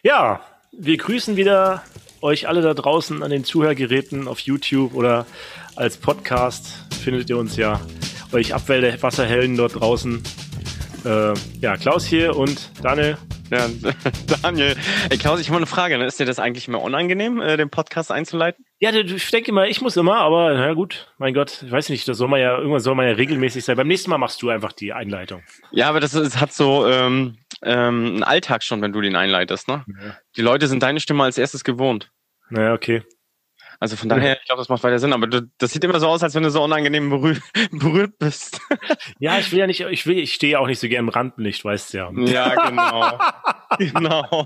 Ja, wir grüßen wieder euch alle da draußen an den Zuhörgeräten auf YouTube oder als Podcast findet ihr uns ja. Euch Abwasserhelden dort draußen. Ja, Klaus hier und Daniel. Ja, Daniel. Ey, Klaus, ich habe mal eine Frage. Ne? Ist dir das eigentlich mehr unangenehm, den Podcast einzuleiten? Ja, ich denke immer, ich muss immer, aber na gut, mein Gott, ich weiß nicht, irgendwann soll man ja regelmäßig sein. Beim nächsten Mal machst du einfach die Einleitung. Ja, aber das hat so einen Alltag schon, wenn du den einleitest, ne? Ja. Die Leute sind deine Stimme als erstes gewohnt. Naja, okay. Also von daher, ich glaube, das macht weiter Sinn, aber das sieht immer so aus, als wenn du so unangenehm berührt bist. Ja, ich stehe auch nicht so gern im Rampenlicht, weißt du ja. Ja, genau. Genau.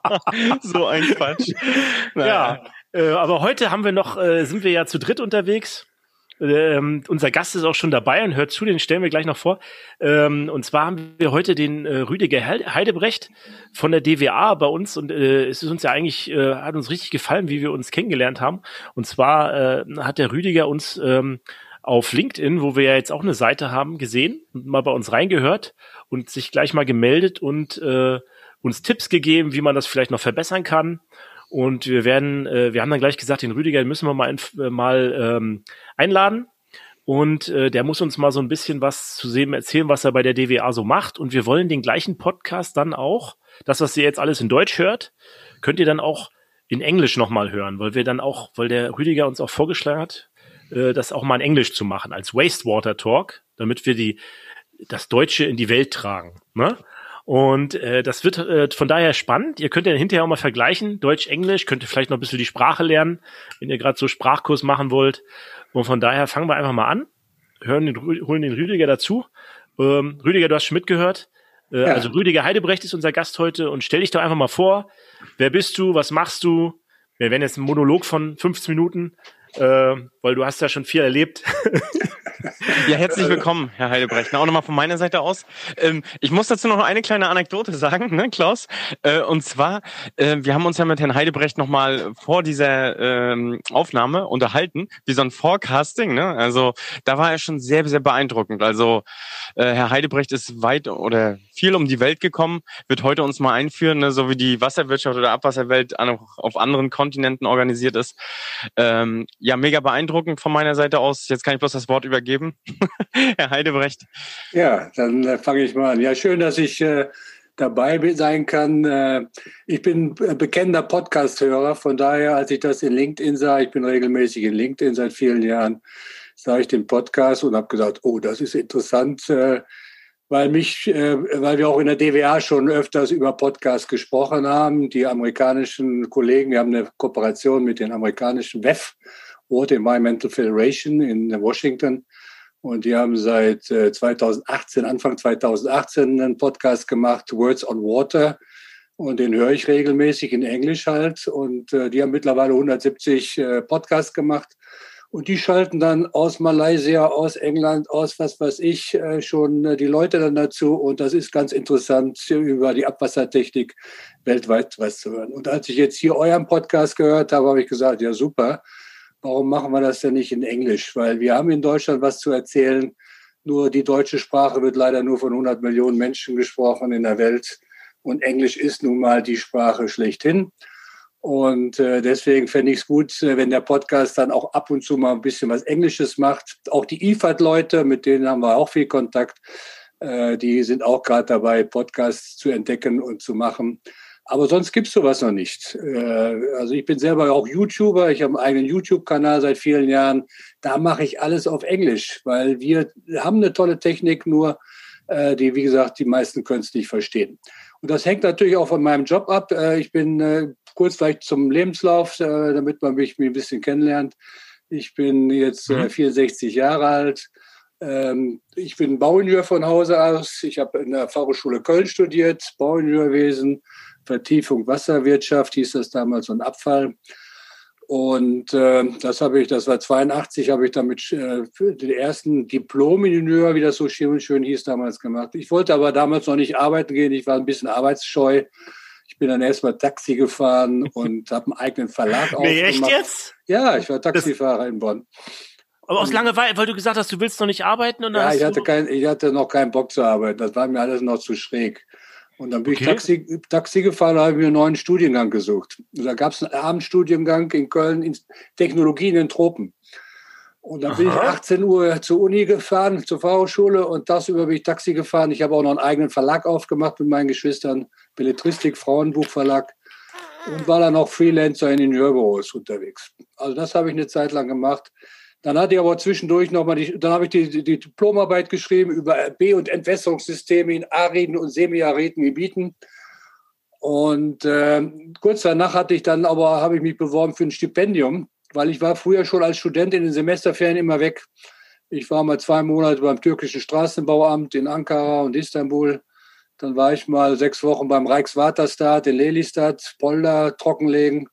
So ein Quatsch. Naja. Ja, aber heute sind wir ja zu dritt unterwegs. Unser Gast ist auch schon dabei und hört zu, den stellen wir gleich noch vor. Und zwar haben wir heute den Rüdiger Heidebrecht von der DWA bei uns und es ist uns ja eigentlich, hat uns richtig gefallen, wie wir uns kennengelernt haben. Und zwar hat der Rüdiger uns auf LinkedIn, wo wir ja jetzt auch eine Seite haben, gesehen und mal bei uns reingehört und sich gleich mal gemeldet und uns Tipps gegeben, wie man das vielleicht noch verbessern kann. Und wir haben dann gleich gesagt, den Rüdiger müssen wir mal einladen. Und der muss uns mal so ein bisschen was zu sehen erzählen, was er bei der DWA so macht. Und wir wollen den gleichen Podcast dann auch, das, was ihr jetzt alles in Deutsch hört, könnt ihr dann auch in Englisch nochmal hören, weil der Rüdiger uns auch vorgeschlagen hat, das auch mal in Englisch zu machen, als Wastewater Talk, damit wir das Deutsche in die Welt tragen, ne? Und das wird von daher spannend. Ihr könnt ja hinterher auch mal vergleichen, Deutsch-Englisch, könnt ihr vielleicht noch ein bisschen die Sprache lernen, wenn ihr gerade so Sprachkurs machen wollt. Und von daher fangen wir einfach mal an, holen den Rüdiger dazu. Rüdiger, du hast schon mitgehört. Ja. Also Rüdiger Heidebrecht ist unser Gast heute und stell dich doch einfach mal vor. Wer bist du? Was machst du? Wir werden jetzt einen Monolog von 15 Minuten, weil du hast ja schon viel erlebt. Ja, herzlich willkommen, Herr Heidebrecht. Auch nochmal von meiner Seite aus. Ich muss dazu noch eine kleine Anekdote sagen, ne, Klaus? Und zwar, wir haben uns ja mit Herrn Heidebrecht nochmal vor dieser Aufnahme unterhalten, wie so ein Forecasting, ne? Also da war er schon sehr, sehr beeindruckend. Also Herr Heidebrecht ist weit oder viel um die Welt gekommen, wird heute uns mal einführen, ne, so wie die Wasserwirtschaft oder Abwasserwelt auf anderen Kontinenten organisiert ist. Ja, mega beeindruckend von meiner Seite aus. Jetzt kann ich bloß das Wort übergeben. Herr Heidebrecht. Ja, dann fange ich mal an. Ja, schön, dass ich dabei sein kann. Ich bin bekennender Podcast-Hörer, von daher, als ich das in LinkedIn sah, ich bin regelmäßig in LinkedIn seit vielen Jahren, sah ich den Podcast und habe gesagt, oh, das ist interessant, weil wir auch in der DWA schon öfters über Podcasts gesprochen haben. Die amerikanischen Kollegen, wir haben eine Kooperation mit den amerikanischen WEF, World Environmental Federation in Washington. Und die haben seit Anfang 2018 einen Podcast gemacht, Words on Water. Und den höre ich regelmäßig in Englisch halt. Und die haben mittlerweile 170 Podcasts gemacht. Und die schalten dann aus Malaysia, aus England, aus was weiß ich, schon die Leute dann dazu. Und das ist ganz interessant, über die Abwassertechnik weltweit was zu hören. Und als ich jetzt hier euren Podcast gehört habe, habe ich gesagt, ja super, warum machen wir das denn nicht in Englisch? Weil wir haben in Deutschland was zu erzählen. Nur die deutsche Sprache wird leider nur von 100 Millionen Menschen gesprochen in der Welt. Und Englisch ist nun mal die Sprache schlechthin. Und deswegen fände ich es gut, wenn der Podcast dann auch ab und zu mal ein bisschen was Englisches macht. Auch die IFAD-Leute, mit denen haben wir auch viel Kontakt, die sind auch gerade dabei, Podcasts zu entdecken und zu machen. Aber sonst gibt's sowas noch nicht. Also ich bin selber auch YouTuber, ich habe einen eigenen YouTube-Kanal seit vielen Jahren. Da mache ich alles auf Englisch, weil wir haben eine tolle Technik, nur die, wie gesagt, die meisten können es nicht verstehen. Und das hängt natürlich auch von meinem Job ab. Ich bin kurz vielleicht zum Lebenslauf, damit man mich ein bisschen kennenlernt. Ich bin jetzt 64 Jahre alt. Ich bin Bauingenieur von Hause aus. Ich habe in der Fachhochschule Köln studiert, Bauingenieurwesen, Vertiefung Wasserwirtschaft, hieß das damals, und Abfall. Und das war 82, habe ich damit den ersten Diplom-Ingenieur, wie das so schön hieß, damals gemacht. Ich wollte aber damals noch nicht arbeiten gehen, ich war ein bisschen arbeitsscheu. Ich bin dann erstmal Taxi gefahren und habe einen eigenen Verlag aufgemacht. Nee, echt jetzt? Ja, ich war Taxifahrer in Bonn. Aber aus Langeweile, weil du gesagt hast, du willst noch nicht arbeiten? Und ja, ich hatte noch keinen Bock zu arbeiten. Das war mir alles noch zu schräg. Und dann bin ich Taxi gefahren, da habe ich mir einen neuen Studiengang gesucht. Und da gab es einen Abendstudiengang in Köln, in Technologie in den Tropen. Und dann bin ich 18 Uhr zur Uni gefahren, zur Fachhochschule, und tagsüber bin ich Taxi gefahren. Ich habe auch noch einen eigenen Verlag aufgemacht mit meinen Geschwistern, Belletristik, Frauenbuchverlag, und war dann auch Freelancer in Ingenieurbüros unterwegs. Also das habe ich eine Zeit lang gemacht. Dann hatte ich aber zwischendurch nochmal dann habe ich die Diplomarbeit geschrieben über B- und Entwässerungssysteme in ariden und semiariden Gebieten. Und kurz danach habe ich mich beworben für ein Stipendium, weil ich war früher schon als Student in den Semesterferien immer weg. Ich war mal 2 Monate beim türkischen Straßenbauamt in Ankara und Istanbul. Dann war ich mal 6 Wochen beim Rijkswaterstaat in Lelystad, Polder trockenlegen.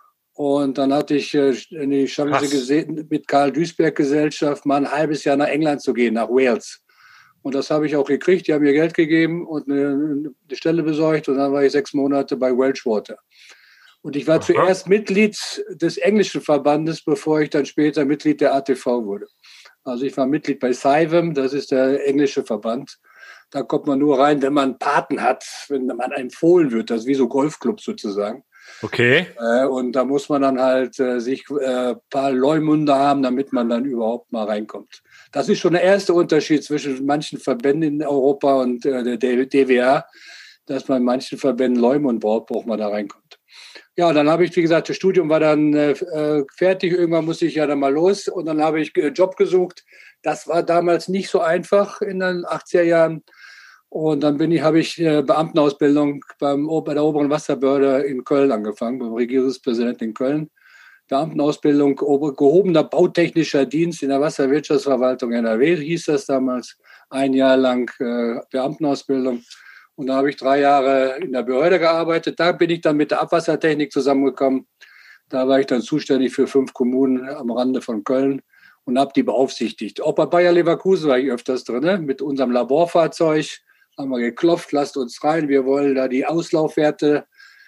Und dann hatte ich die Chance gesehen, mit Karl Duisberg Gesellschaft mal ein halbes Jahr nach England zu gehen, nach Wales. Und das habe ich auch gekriegt. Die haben mir Geld gegeben und eine Stelle besorgt. Und dann war ich 6 Monate bei Welsh Water. Und ich war zuerst Mitglied des englischen Verbandes, bevor ich dann später Mitglied der ATV wurde. Also ich war Mitglied bei CIVEM, das ist der englische Verband. Da kommt man nur rein, wenn man einen Paten hat, wenn man empfohlen wird. Das ist wie so Golfclub sozusagen. Okay. Und da muss man dann halt sich ein paar Leumünde haben, damit man dann überhaupt mal reinkommt. Das ist schon der erste Unterschied zwischen manchen Verbänden in Europa und der DWA, dass man in manchen Verbänden Leumund braucht, man da reinkommt. Ja, dann habe ich, wie gesagt, das Studium war dann fertig. Irgendwann musste ich ja dann mal los und dann habe ich Job gesucht. Das war damals nicht so einfach in den 80er Jahren. Und dann habe ich Beamtenausbildung bei der oberen Wasserbehörde in Köln angefangen, beim Regierungspräsidenten in Köln. Beamtenausbildung, gehobener bautechnischer Dienst in der Wasserwirtschaftsverwaltung NRW, hieß das damals. 1 Jahr lang Beamtenausbildung. Und da habe ich 3 Jahre in der Behörde gearbeitet. Da bin ich dann mit der Abwassertechnik zusammengekommen. Da war ich dann zuständig für 5 Kommunen am Rande von Köln und habe die beaufsichtigt. Auch bei Bayer Leverkusen war ich öfters drin, mit unserem Laborfahrzeug. Haben wir geklopft, lasst uns rein, wir wollen da die Auslaufwerte.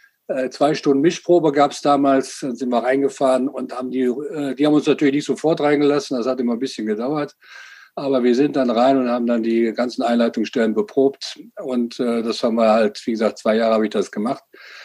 2 Stunden Mischprobe gab es damals, dann sind wir reingefahren und die haben uns natürlich nicht sofort reingelassen, das hat immer ein bisschen gedauert. Aber wir sind dann rein und haben dann die ganzen Einleitungsstellen beprobt. Und das haben wir halt, wie gesagt, 2 Jahre habe ich das gemacht.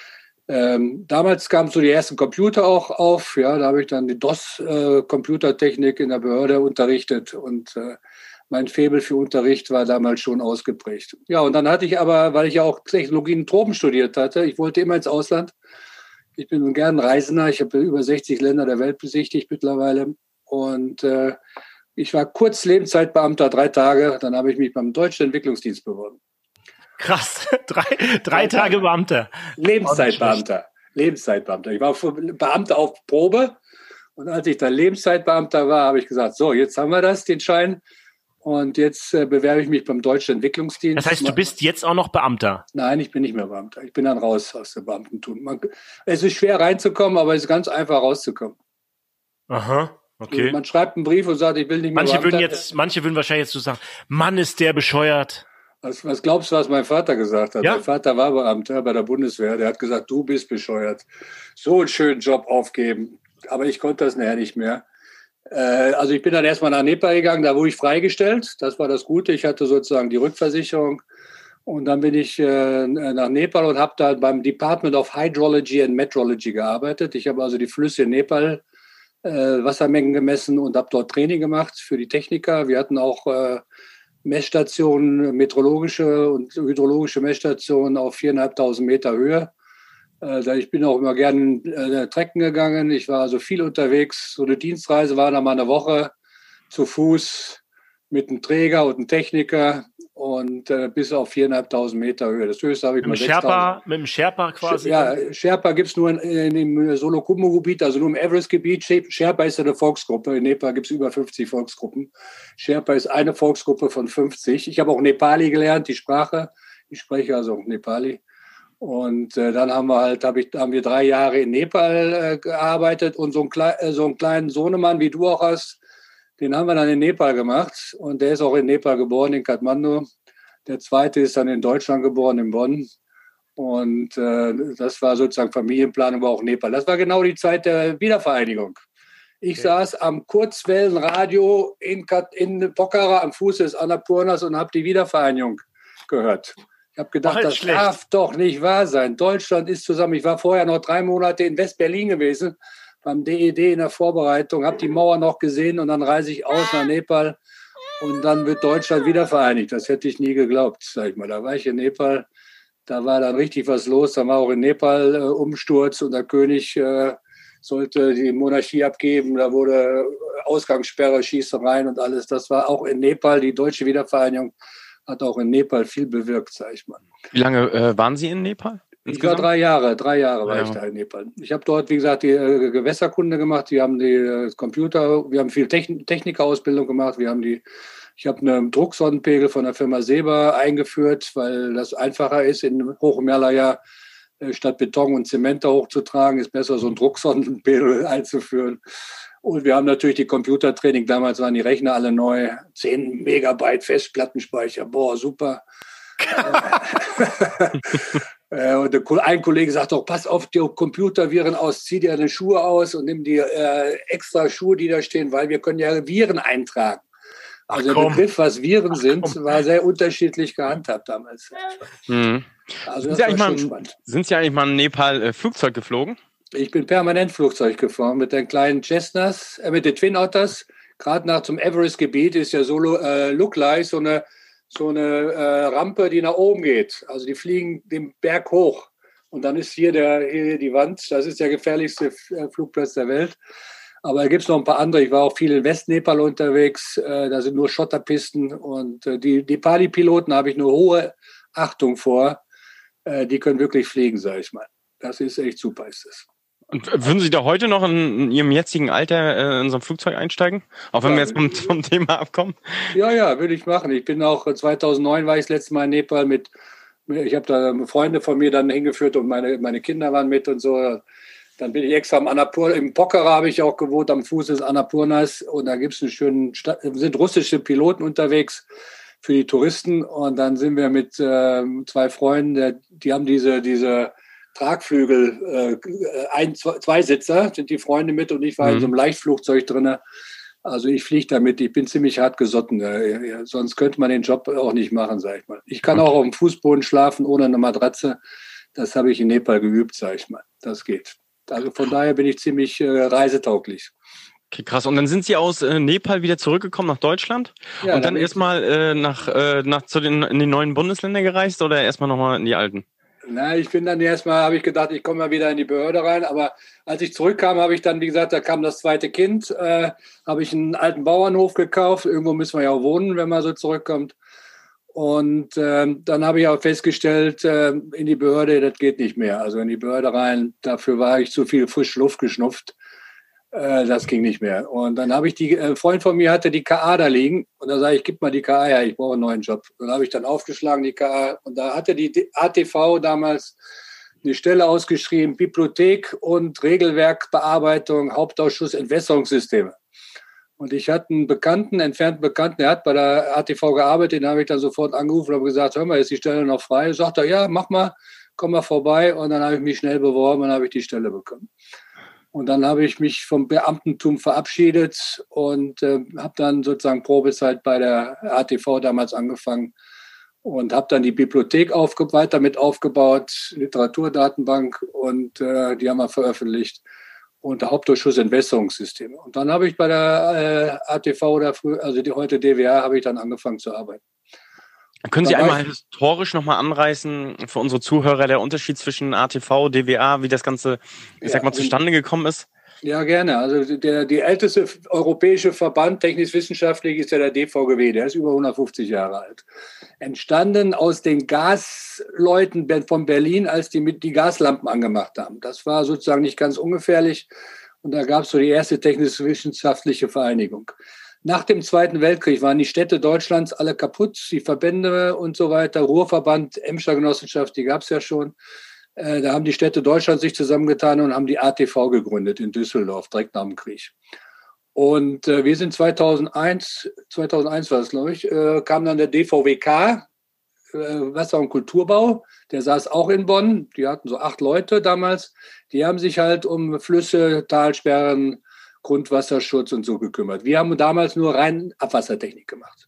Damals kamen so die ersten Computer auch auf. Ja, da habe ich dann die DOS-Computertechnik in der Behörde unterrichtet. Und mein Faible für Unterricht war damals schon ausgeprägt. Ja, und dann hatte ich aber, weil ich ja auch Technologien in Tropen studiert hatte, ich wollte immer ins Ausland. Ich bin gern Reisender. Ich habe über 60 Länder der Welt besichtigt mittlerweile. Und ich war kurz Lebenszeitbeamter, 3 Tage. Dann habe ich mich beim Deutschen Entwicklungsdienst beworben. Krass, drei Tage Beamter. Lebenszeitbeamter. Ich war Beamter auf Probe. Und als ich dann Lebenszeitbeamter war, habe ich gesagt, so, jetzt haben wir den Schein. Und jetzt bewerbe ich mich beim Deutschen Entwicklungsdienst. Das heißt, du bist jetzt auch noch Beamter? Nein, ich bin nicht mehr Beamter. Ich bin dann raus aus dem Beamtentum. Es ist schwer reinzukommen, aber es ist ganz einfach rauszukommen. Aha. Okay. Man schreibt einen Brief und sagt, ich will nicht mehr Beamter. Manche würden wahrscheinlich jetzt so sagen, Mann, ist der bescheuert. Was glaubst du, was mein Vater gesagt hat? Ja? Mein Vater war Beamter bei der Bundeswehr. Der hat gesagt, du bist bescheuert. So einen schönen Job aufgeben. Aber ich konnte das nachher nicht mehr. Also ich bin dann erstmal nach Nepal gegangen, da wurde ich freigestellt. Das war das Gute. Ich hatte sozusagen die Rückversicherung. Und dann bin ich nach Nepal und habe da beim Department of Hydrology and Metrology gearbeitet. Ich habe also die Flüsse in Nepal Wassermengen gemessen und habe dort Training gemacht für die Techniker. Wir hatten auch Messstationen, meteorologische und hydrologische Messstationen auf 4.500 Meter Höhe. Ich bin auch immer gerne trekken gegangen. Ich war also viel unterwegs. So eine Dienstreise war dann mal eine Woche zu Fuß mit einem Träger und einem Techniker und bis auf 4.500 Meter Höhe. Das höchste habe ich mal 6.000. Mit dem Sherpa quasi? Ja, Sherpa gibt es nur im Solokhumbu-Gebiet, also nur im Everest-Gebiet. Sherpa ist eine Volksgruppe. In Nepal gibt es über 50 Volksgruppen. Sherpa ist eine Volksgruppe von 50. Ich habe auch Nepali gelernt, die Sprache. Ich spreche also auch Nepali. Und dann haben wir 3 Jahre in Nepal gearbeitet und so einen kleinen Sohnemann, wie du auch hast, den haben wir dann in Nepal gemacht. Und der ist auch in Nepal geboren, in Kathmandu. Der zweite ist dann in Deutschland geboren, in Bonn. Und das war sozusagen Familienplanung, war auch Nepal. Das war genau die Zeit der Wiedervereinigung. Ich saß am Kurzwellenradio in Pokhara am Fuße des Annapurnas und habe die Wiedervereinigung gehört. Ich habe gedacht, das darf doch nicht wahr sein. Deutschland ist zusammen. Ich war vorher noch 3 Monate in West-Berlin gewesen, beim DED in der Vorbereitung, habe die Mauer noch gesehen und dann reise ich aus nach Nepal und dann wird Deutschland wieder vereinigt. Das hätte ich nie geglaubt, sag ich mal. Da war ich in Nepal, da war dann richtig was los. Da war auch in Nepal Umsturz und der König sollte die Monarchie abgeben. Da wurde Ausgangssperre, Schießereien und alles. Das war auch in Nepal, die deutsche Wiedervereinigung hat auch in Nepal viel bewirkt, sag ich mal. Wie lange waren Sie in Nepal? Ich war 3 Jahre. 3 Jahre war ich da in Nepal. Ich habe dort, wie gesagt, die Gewässerkunde gemacht. Wir haben die Computer, wir haben viel Technikerausbildung gemacht. Ich habe einen Drucksondenpegel von der Firma Seba eingeführt, weil das einfacher ist, in Hochhimalaya statt Beton und Zement da hochzutragen, ist besser, so einen Drucksondenpegel einzuführen. Und wir haben natürlich die Computertraining, damals waren die Rechner alle neu, 10 Megabyte Festplattenspeicher, boah, super. Und ein Kollege sagt doch, pass auf die Computerviren aus, zieh dir deine Schuhe aus und nimm die extra Schuhe, die da stehen, weil wir können ja Viren eintragen. Also der Begriff, was Viren sind, war sehr unterschiedlich gehandhabt damals. Also das war schon spannend. Sind Sie eigentlich mal in Nepal Flugzeug geflogen? Ich bin permanent Flugzeug gefahren mit den kleinen Cessnas, mit den Twin Otters. Gerade nach zum Everest-Gebiet ist ja Luklai so eine Rampe, die nach oben geht. Also die fliegen den Berg hoch. Und dann ist hier die Wand. Das ist der gefährlichste Flugplatz der Welt. Aber da gibt es noch ein paar andere. Ich war auch viel in Westnepal unterwegs. Da sind nur Schotterpisten. Und die Pali-Piloten habe ich eine hohe Achtung vor. Die können wirklich fliegen, sage ich mal. Das ist echt super, ist es. Und würden Sie da heute noch in Ihrem jetzigen Alter in so ein Flugzeug einsteigen? Auch wenn wir jetzt vom Thema abkommen? Ja, würde ich machen. Ich bin auch 2009 war ich das letzte Mal in Nepal ich habe da Freunde von mir dann hingeführt und meine Kinder waren mit und so. Dann bin ich extra am Annapurna, im Pokhara habe ich auch gewohnt, am Fuß des Annapurnas. Und da gibt's sind russische Piloten unterwegs für die Touristen. Und dann sind wir mit 2 Freunden, die haben diese Tragflügel, 2 Sitzer, sind die Freunde mit und ich war in so einem Leichtflugzeug drin. Also ich fliege damit, ich bin ziemlich hart gesotten. Sonst könnte man den Job auch nicht machen, sag ich mal. Ich kann auch auf dem Fußboden schlafen ohne eine Matratze. Das habe ich in Nepal geübt, sag ich mal. Das geht. Also von daher bin ich ziemlich reisetauglich. Okay, krass. Und dann sind Sie aus Nepal wieder zurückgekommen nach Deutschland und dann erstmal in die neuen Bundesländer gereist oder erstmal nochmal in die alten? Na, ich bin dann habe ich gedacht, ich komme mal wieder in die Behörde rein. Aber als ich zurückkam, habe ich dann, wie gesagt, da kam das zweite Kind, habe ich einen alten Bauernhof gekauft. Irgendwo müssen wir ja auch wohnen, wenn man so zurückkommt. Und dann habe ich auch festgestellt, in die Behörde, das geht nicht mehr. Also in die Behörde rein, dafür war ich zu viel frische Luft geschnupft. Das ging nicht mehr. Und dann habe ich ein Freund von mir hatte die KA da liegen. Und da sage ich, gib mal die KA her, ich brauche einen neuen Job. Und dann habe ich dann aufgeschlagen, die KA. Und da hatte die ATV damals eine Stelle ausgeschrieben, Bibliothek und Regelwerkbearbeitung, Hauptausschuss Entwässerungssysteme. Und ich hatte einen entfernten Bekannten, der hat bei der ATV gearbeitet, den habe ich dann sofort angerufen und habe gesagt, hör mal, ist die Stelle noch frei? Sagt er, ja, mach mal, komm mal vorbei. Und dann habe ich mich schnell beworben und habe ich die Stelle bekommen. Und dann habe ich mich vom Beamtentum verabschiedet und habe dann sozusagen Probezeit bei der ATV damals angefangen und habe dann die Bibliothek weiter mit aufgebaut, Literaturdatenbank und die haben wir veröffentlicht und der Hauptausschuss Entwässerungssysteme. Und dann habe ich bei der ATV heute DWA, habe ich dann angefangen zu arbeiten. Können Sie einmal historisch nochmal anreißen für unsere Zuhörer, der Unterschied zwischen ATV, DWA, wie das Ganze, zustande gekommen ist? Ja, gerne. Also die älteste europäische Verband technisch-wissenschaftlich ist ja der DVGW, der ist über 150 Jahre alt. Entstanden aus den Gasleuten von Berlin, als die die Gaslampen angemacht haben. Das war sozusagen nicht ganz ungefährlich und da gab es so die erste technisch-wissenschaftliche Vereinigung. Nach dem Zweiten Weltkrieg waren die Städte Deutschlands alle kaputt, die Verbände und so weiter, Ruhrverband, Emscher Genossenschaft, die gab es ja schon. Da haben die Städte Deutschlands sich zusammengetan und haben die ATV gegründet in Düsseldorf, direkt nach dem Krieg. Und wir sind 2001 war es, glaube ich, kam dann der DVWK, Wasser- und Kulturbau, der saß auch in Bonn, die hatten so 8 Leute damals, die haben sich halt um Flüsse, Talsperren, Grundwasserschutz und so gekümmert. Wir haben damals nur rein Abwassertechnik gemacht.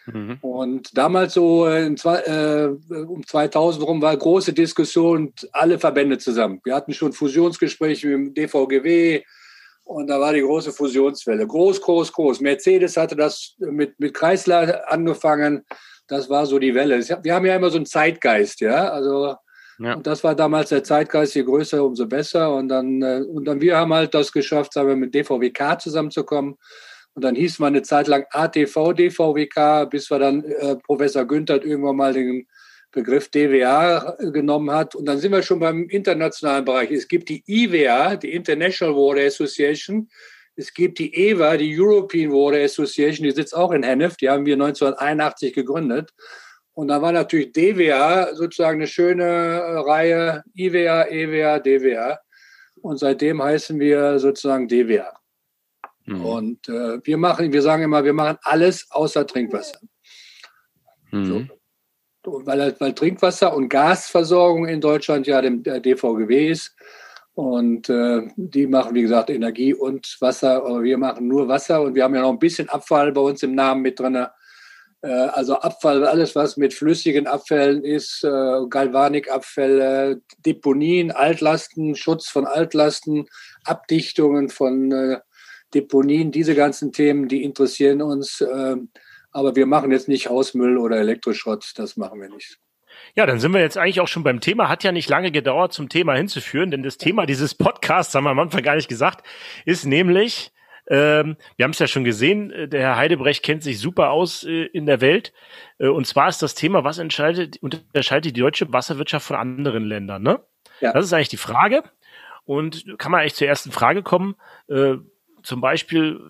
Mhm. Und damals so um 2000 rum war große Diskussion, alle Verbände zusammen. Wir hatten schon Fusionsgespräche mit dem DVGW und da war die große Fusionswelle. Groß. Mercedes hatte das mit Chrysler angefangen. Das war so die Welle. Wir haben ja immer so einen Zeitgeist, ja. Also, ja. Und das war damals der Zeitgeist, je größer, umso besser. Und dann wir haben halt das geschafft, sagen wir, mit DVWK zusammenzukommen. Und dann hieß man eine Zeit lang ATV, DVWK, bis wir dann Professor Günther irgendwann mal den Begriff DWA genommen hat. Und dann sind wir schon beim internationalen Bereich. Es gibt die IWA, die International Water Association. Es gibt die EWA, die European Water Association, die sitzt auch in Hennef. Die haben wir 1981 gegründet. Und da war natürlich DWA sozusagen eine schöne Reihe, IWA, EWA, DWA. Und seitdem heißen wir sozusagen DWA. Und wir sagen immer, wir machen alles außer Trinkwasser. So. Weil Trinkwasser und Gasversorgung in Deutschland ja dem DVGW ist. Und die machen, wie gesagt, Energie und Wasser. Aber wir machen nur Wasser. Und wir haben ja noch ein bisschen Abfall bei uns im Namen mit drin. Also Abfall, alles, was mit flüssigen Abfällen ist, Galvanikabfälle, Deponien, Altlasten, Schutz von Altlasten, Abdichtungen von Deponien, diese ganzen Themen, die interessieren uns. Aber wir machen jetzt nicht Hausmüll oder Elektroschrott, das machen wir nicht. Ja, dann sind wir jetzt eigentlich auch schon beim Thema. Hat ja nicht lange gedauert, zum Thema hinzuführen, denn das Thema dieses Podcasts, haben wir am Anfang gar nicht gesagt, ist nämlich, wir haben es ja schon gesehen, der Herr Heidebrecht kennt sich super aus in der Welt. Und zwar ist das Thema, was unterscheidet die deutsche Wasserwirtschaft von anderen Ländern, ne? Ja. Das ist eigentlich die Frage. Und kann man eigentlich zur ersten Frage kommen, zum Beispiel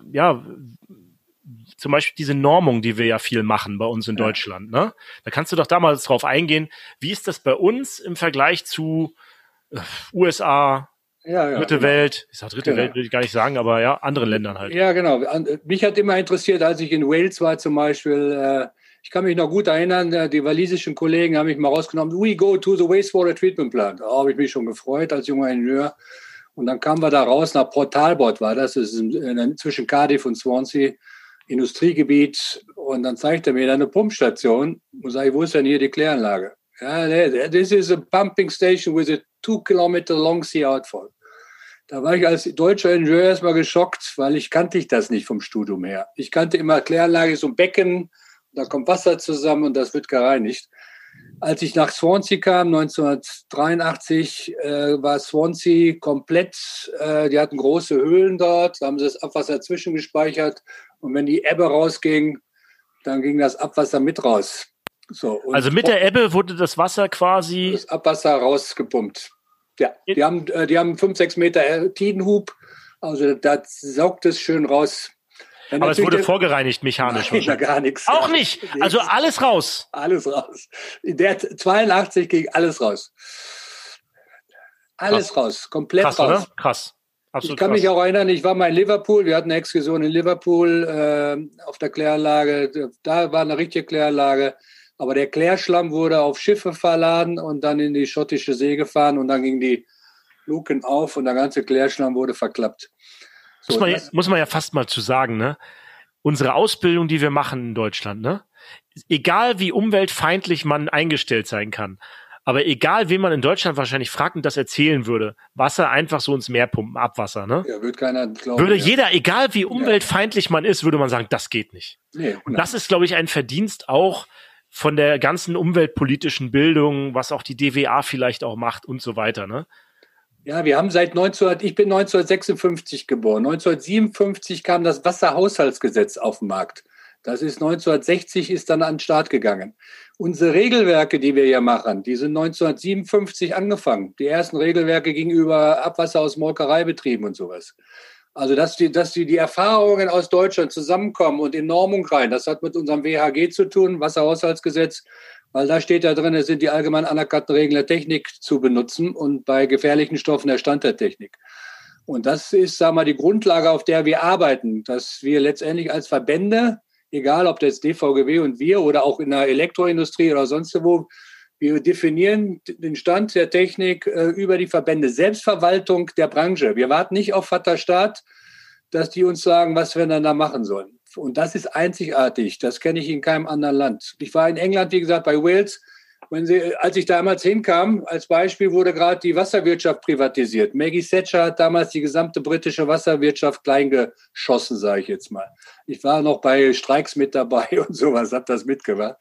diese Normung, die wir ja viel machen bei uns in Deutschland, ne? Da kannst du doch damals drauf eingehen. Wie ist das bei uns im Vergleich zu USA, Dritte Welt? Ich sag Dritte Welt, will ich gar nicht sagen, aber ja, anderen Ländern halt. Ja, genau. Mich hat immer interessiert, als ich in Wales war zum Beispiel, ich kann mich noch gut erinnern, die walisischen Kollegen haben mich mal rausgenommen, we go to the wastewater treatment plant. Da habe ich mich schon gefreut als junger Ingenieur. Und dann kamen wir da raus, nach Port Talbot war das ist zwischen Cardiff und Swansea, Industriegebiet. Und dann zeigt er mir da eine Pumpstation und sage ich, wo ist denn hier die Kläranlage? Ja, this is a pumping station with a 2 Kilometer long sea outfall. Da war ich als deutscher Ingenieur erstmal geschockt, weil ich kannte das nicht vom Studium her. Ich kannte immer, Kläranlage ist so ein Becken, da kommt Wasser zusammen und das wird gereinigt. Als ich nach Swansea kam, 1983, war Swansea komplett, die hatten große Höhlen dort, da haben sie das Abwasser zwischengespeichert und wenn die Ebbe rausging, dann ging das Abwasser mit raus. So, also mit der Ebbe wurde das Wasser quasi... Das Abwasser rausgepumpt. Ja, die haben 5, 6 Meter Tidenhub, also da saugt es schön raus. Dann aber es wurde vorgereinigt mechanisch. Nein, gar nichts. Auch nicht? Also alles raus? Alles raus. In der 82 ging alles raus. Alles raus, komplett krass, raus. Oder? Krass. Absolut ich kann mich auch erinnern, ich war mal in Liverpool, wir hatten eine Exkursion in Liverpool auf der Kläranlage, da war eine richtige Kläranlage, aber der Klärschlamm wurde auf Schiffe verladen und dann in die schottische See gefahren und dann gingen die Luken auf und der ganze Klärschlamm wurde verklappt. So, muss man ja fast mal zu sagen, ne? Unsere Ausbildung, die wir machen in Deutschland, ne? Egal wie umweltfeindlich man eingestellt sein kann, aber egal wen man in Deutschland wahrscheinlich fragt und das erzählen würde, Wasser einfach so ins Meer pumpen, Abwasser, ne? Ja, wird keiner glauben. Würde jeder, egal wie umweltfeindlich man ist, würde man sagen, das geht nicht. Nee, und das ist, glaube ich, ein Verdienst auch von der ganzen umweltpolitischen Bildung, was auch die DWA vielleicht auch macht und so weiter, ne? Ja, wir haben ich bin 1956 geboren. 1957 kam das Wasserhaushaltsgesetz auf den Markt. Das ist 1960 ist dann an den Start gegangen. Unsere Regelwerke, die wir hier machen, die sind 1957 angefangen. Die ersten Regelwerke gegenüber Abwasser aus Molkereibetrieben und sowas. Also, dass die Erfahrungen aus Deutschland zusammenkommen und in Normung rein, das hat mit unserem WHG zu tun, Wasserhaushaltsgesetz, weil da steht da drin, es sind die allgemein anerkannten Regeln der Technik zu benutzen und bei gefährlichen Stoffen der Stand der Technik. Und das ist, sagen wir mal, die Grundlage, auf der wir arbeiten, dass wir letztendlich als Verbände, egal ob das DVGW und wir oder auch in der Elektroindustrie oder sonst wo, wir definieren den Stand der Technik über die Verbände, Selbstverwaltung der Branche. Wir warten nicht auf Vaterstaat, dass die uns sagen, was wir dann da machen sollen. Und das ist einzigartig. Das kenne ich in keinem anderen Land. Ich war in England, wie gesagt, bei Wales. Als ich damals hinkam, als Beispiel wurde gerade die Wasserwirtschaft privatisiert. Maggie Thatcher hat damals die gesamte britische Wasserwirtschaft kleingeschossen, sage ich jetzt mal. Ich war noch bei Streiks mit dabei und sowas, habe das mitgemacht.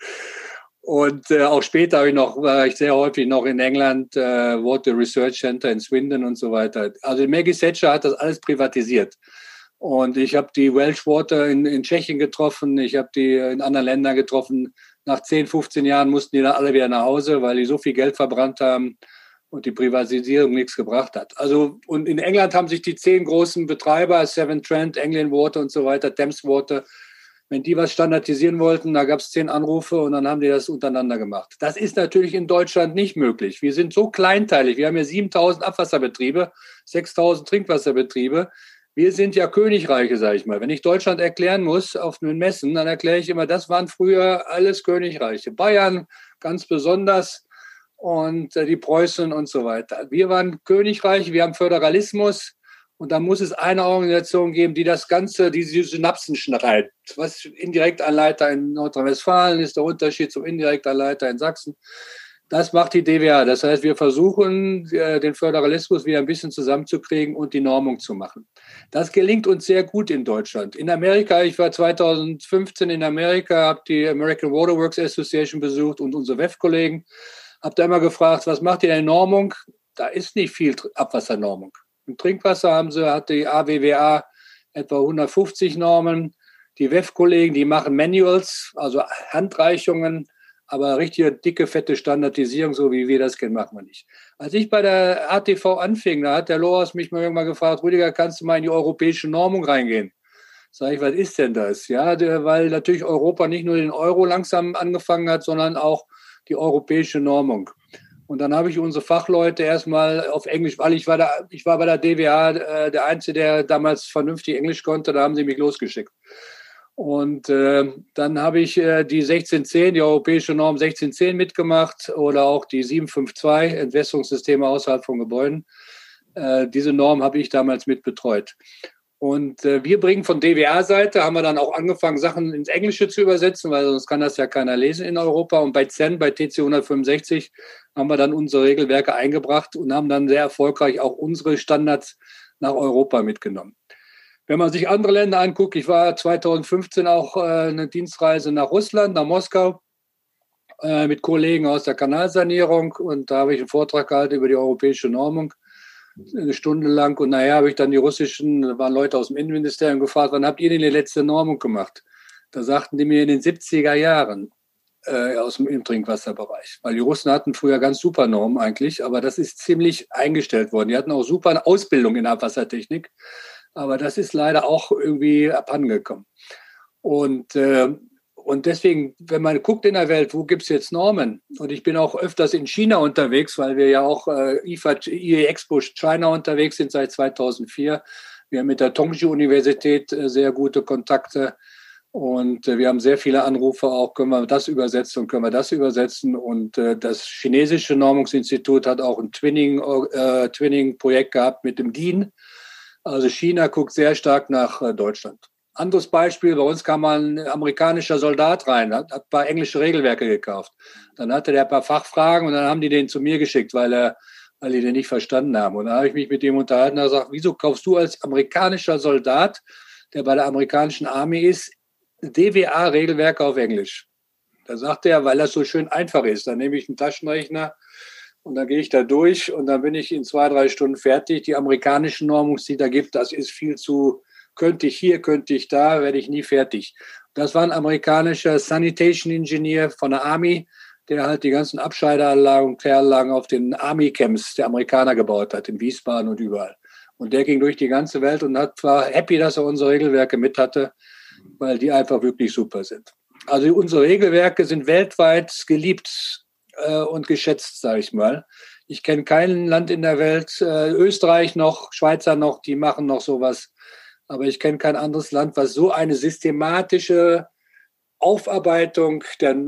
Und auch später war ich sehr häufig noch in England, Water Research Center in Swindon und so weiter. Also Maggie Thatcher hat das alles privatisiert. Und ich habe die Welsh Water in Tschechien getroffen, ich habe die in anderen Ländern getroffen. Nach 10, 15 Jahren mussten die dann alle wieder nach Hause, weil die so viel Geld verbrannt haben und die Privatisierung nichts gebracht hat. Also, und in England haben sich die 10 großen Betreiber, Severn Trent, England Water und so weiter, Thames Water, wenn die was standardisieren wollten, da gab es 10 Anrufe und dann haben die das untereinander gemacht. Das ist natürlich in Deutschland nicht möglich. Wir sind so kleinteilig. Wir haben ja 7.000 Abwasserbetriebe, 6.000 Trinkwasserbetriebe. Wir sind ja Königreiche, sage ich mal. Wenn ich Deutschland erklären muss auf den Messen, dann erkläre ich immer, das waren früher alles Königreiche. Bayern ganz besonders und die Preußen und so weiter. Wir waren Königreich, wir haben Föderalismus und da muss es eine Organisation geben, die das Ganze, diese Synapsen schneidet. Was Indirektanleiter in Nordrhein-Westfalen ist der Unterschied zum Indirektanleiter in Sachsen. Das macht die DWA. Das heißt, wir versuchen, den Föderalismus wieder ein bisschen zusammenzukriegen und die Normung zu machen. Das gelingt uns sehr gut in Deutschland. In Amerika, ich war 2015 in Amerika, habe die American Water Works Association besucht und unsere WEF-Kollegen. Habe da immer gefragt, was macht ihr denn Normung? Da ist nicht viel Abwassernormung. Im Trinkwasser hat die AWWA etwa 150 Normen. Die WEF-Kollegen, die machen Manuals, also Handreichungen. Aber richtige, dicke, fette Standardisierung, so wie wir das kennen, machen wir nicht. Als ich bei der ATV anfing, da hat der Loas mich mal irgendwann gefragt, Rüdiger, kannst du mal in die europäische Normung reingehen? Sag ich, was ist denn das? Ja, weil natürlich Europa nicht nur den Euro langsam angefangen hat, sondern auch die europäische Normung. Und dann habe ich unsere Fachleute erstmal auf Englisch, weil ich war bei der DWA der Einzige, der damals vernünftig Englisch konnte, da haben sie mich losgeschickt. Und dann habe ich die 1610, die europäische Norm 1610 mitgemacht oder auch die 752, Entwässerungssysteme außerhalb von Gebäuden. Diese Norm habe ich damals mit betreut. Und wir bringen von DWA-Seite, haben wir dann auch angefangen, Sachen ins Englische zu übersetzen, weil sonst kann das ja keiner lesen in Europa. Und bei CEN, bei TC 165, haben wir dann unsere Regelwerke eingebracht und haben dann sehr erfolgreich auch unsere Standards nach Europa mitgenommen. Wenn man sich andere Länder anguckt, ich war 2015 auch eine Dienstreise nach Russland, nach Moskau, mit Kollegen aus der Kanalsanierung. Und da habe ich einen Vortrag gehalten über die europäische Normung, eine Stunde lang. Und nachher habe ich dann da waren Leute aus dem Innenministerium gefragt, wann habt ihr denn die letzte Normung gemacht? Da sagten die mir in den 70er Jahren im Trinkwasserbereich. Weil die Russen hatten früher ganz super Normen eigentlich, aber das ist ziemlich eingestellt worden. Die hatten auch super Ausbildung in Abwassertechnik. Aber das ist leider auch irgendwie abhandengekommen. Und deswegen, wenn man guckt in der Welt, wo gibt es jetzt Normen? Und ich bin auch öfters in China unterwegs, weil wir ja auch IE Expo China unterwegs sind seit 2004. Wir haben mit der Tongji-Universität sehr gute Kontakte. Und wir haben sehr viele Anrufe auch, können wir das übersetzen und können wir das übersetzen. Und das chinesische Normungsinstitut hat auch ein Twinning-Projekt gehabt mit dem DIN. Also China guckt sehr stark nach Deutschland. Anderes Beispiel, bei uns kam mal ein amerikanischer Soldat rein, hat ein paar englische Regelwerke gekauft. Dann hatte der ein paar Fachfragen und dann haben die den zu mir geschickt, weil die den nicht verstanden haben. Und dann habe ich mich mit dem unterhalten und gesagt, wieso kaufst du als amerikanischer Soldat, der bei der amerikanischen Army ist, DWA-Regelwerke auf Englisch? Da sagte er, weil das so schön einfach ist. Dann nehme ich einen Taschenrechner und dann gehe ich da durch und dann bin ich in 2-3 Stunden fertig. Die amerikanischen Normungen, die da gibt, das ist viel zu, könnte ich hier, könnte ich da, werde ich nie fertig. Das war ein amerikanischer Sanitation Engineer von der Army, der halt die ganzen Abscheideanlagen und Kläranlagen auf den Army Camps der Amerikaner gebaut hat, in Wiesbaden und überall. Und der ging durch die ganze Welt und war happy, dass er unsere Regelwerke mit hatte, weil die einfach wirklich super sind. Also unsere Regelwerke sind weltweit geliebt und geschätzt, sage ich mal. Ich kenne kein Land in der Welt, Österreich noch, Schweizer noch, die machen noch sowas. Aber ich kenne kein anderes Land, was so eine systematische Aufarbeitung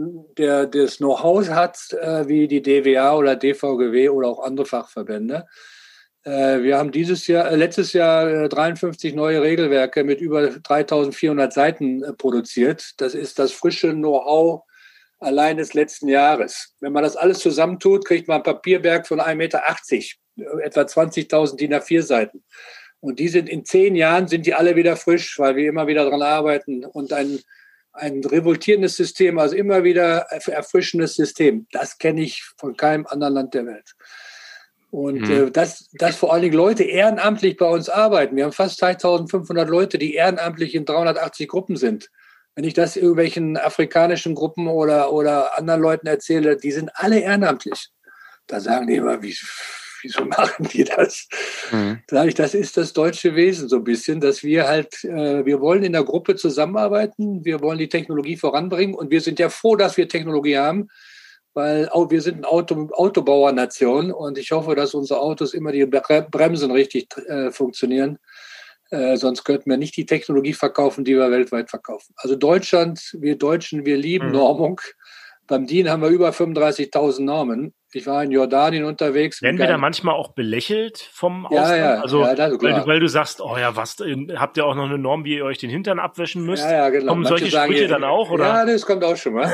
des Know-hows hat, wie die DWA oder DVGW oder auch andere Fachverbände. Wir haben letztes Jahr 53 neue Regelwerke mit über 3.400 Seiten produziert. Das ist das frische Know-how allein des letzten Jahres. Wenn man das alles zusammentut, kriegt man ein Papierberg von 1,80 Meter, etwa 20.000 DIN A4 Seiten. Und die sind in 10 Jahren sind die alle wieder frisch, weil wir immer wieder daran arbeiten. Und ein revoltierendes System, also immer wieder erfrischendes System, das kenne ich von keinem anderen Land der Welt. Und dass vor allen Dingen Leute ehrenamtlich bei uns arbeiten. Wir haben fast 2.500 Leute, die ehrenamtlich in 380 Gruppen sind. Wenn ich das irgendwelchen afrikanischen Gruppen oder anderen Leuten erzähle, die sind alle ehrenamtlich. Da sagen die immer, wieso machen die das? Sage ich, das ist das deutsche Wesen so ein bisschen, dass wir wir wollen in der Gruppe zusammenarbeiten, wir wollen die Technologie voranbringen und wir sind ja froh, dass wir Technologie haben, weil wir sind eine Autobauernation und ich hoffe, dass unsere Autos immer die Bremsen richtig funktionieren. Sonst könnten wir nicht die Technologie verkaufen, die wir weltweit verkaufen. Also Deutschland, wir Deutschen, wir lieben Normung. Beim DIN haben wir über 35.000 Normen. Ich war in Jordanien unterwegs. Werden wir da manchmal auch belächelt vom Ausland? Ja, also, ja, das ist klar. Weil du sagst, oh ja, habt ihr auch noch eine Norm, wie ihr euch den Hintern abwäschen müsst? Ja, genau. Kommen solche Sprüche dann auch? Oder? Ja, das kommt auch schon mal.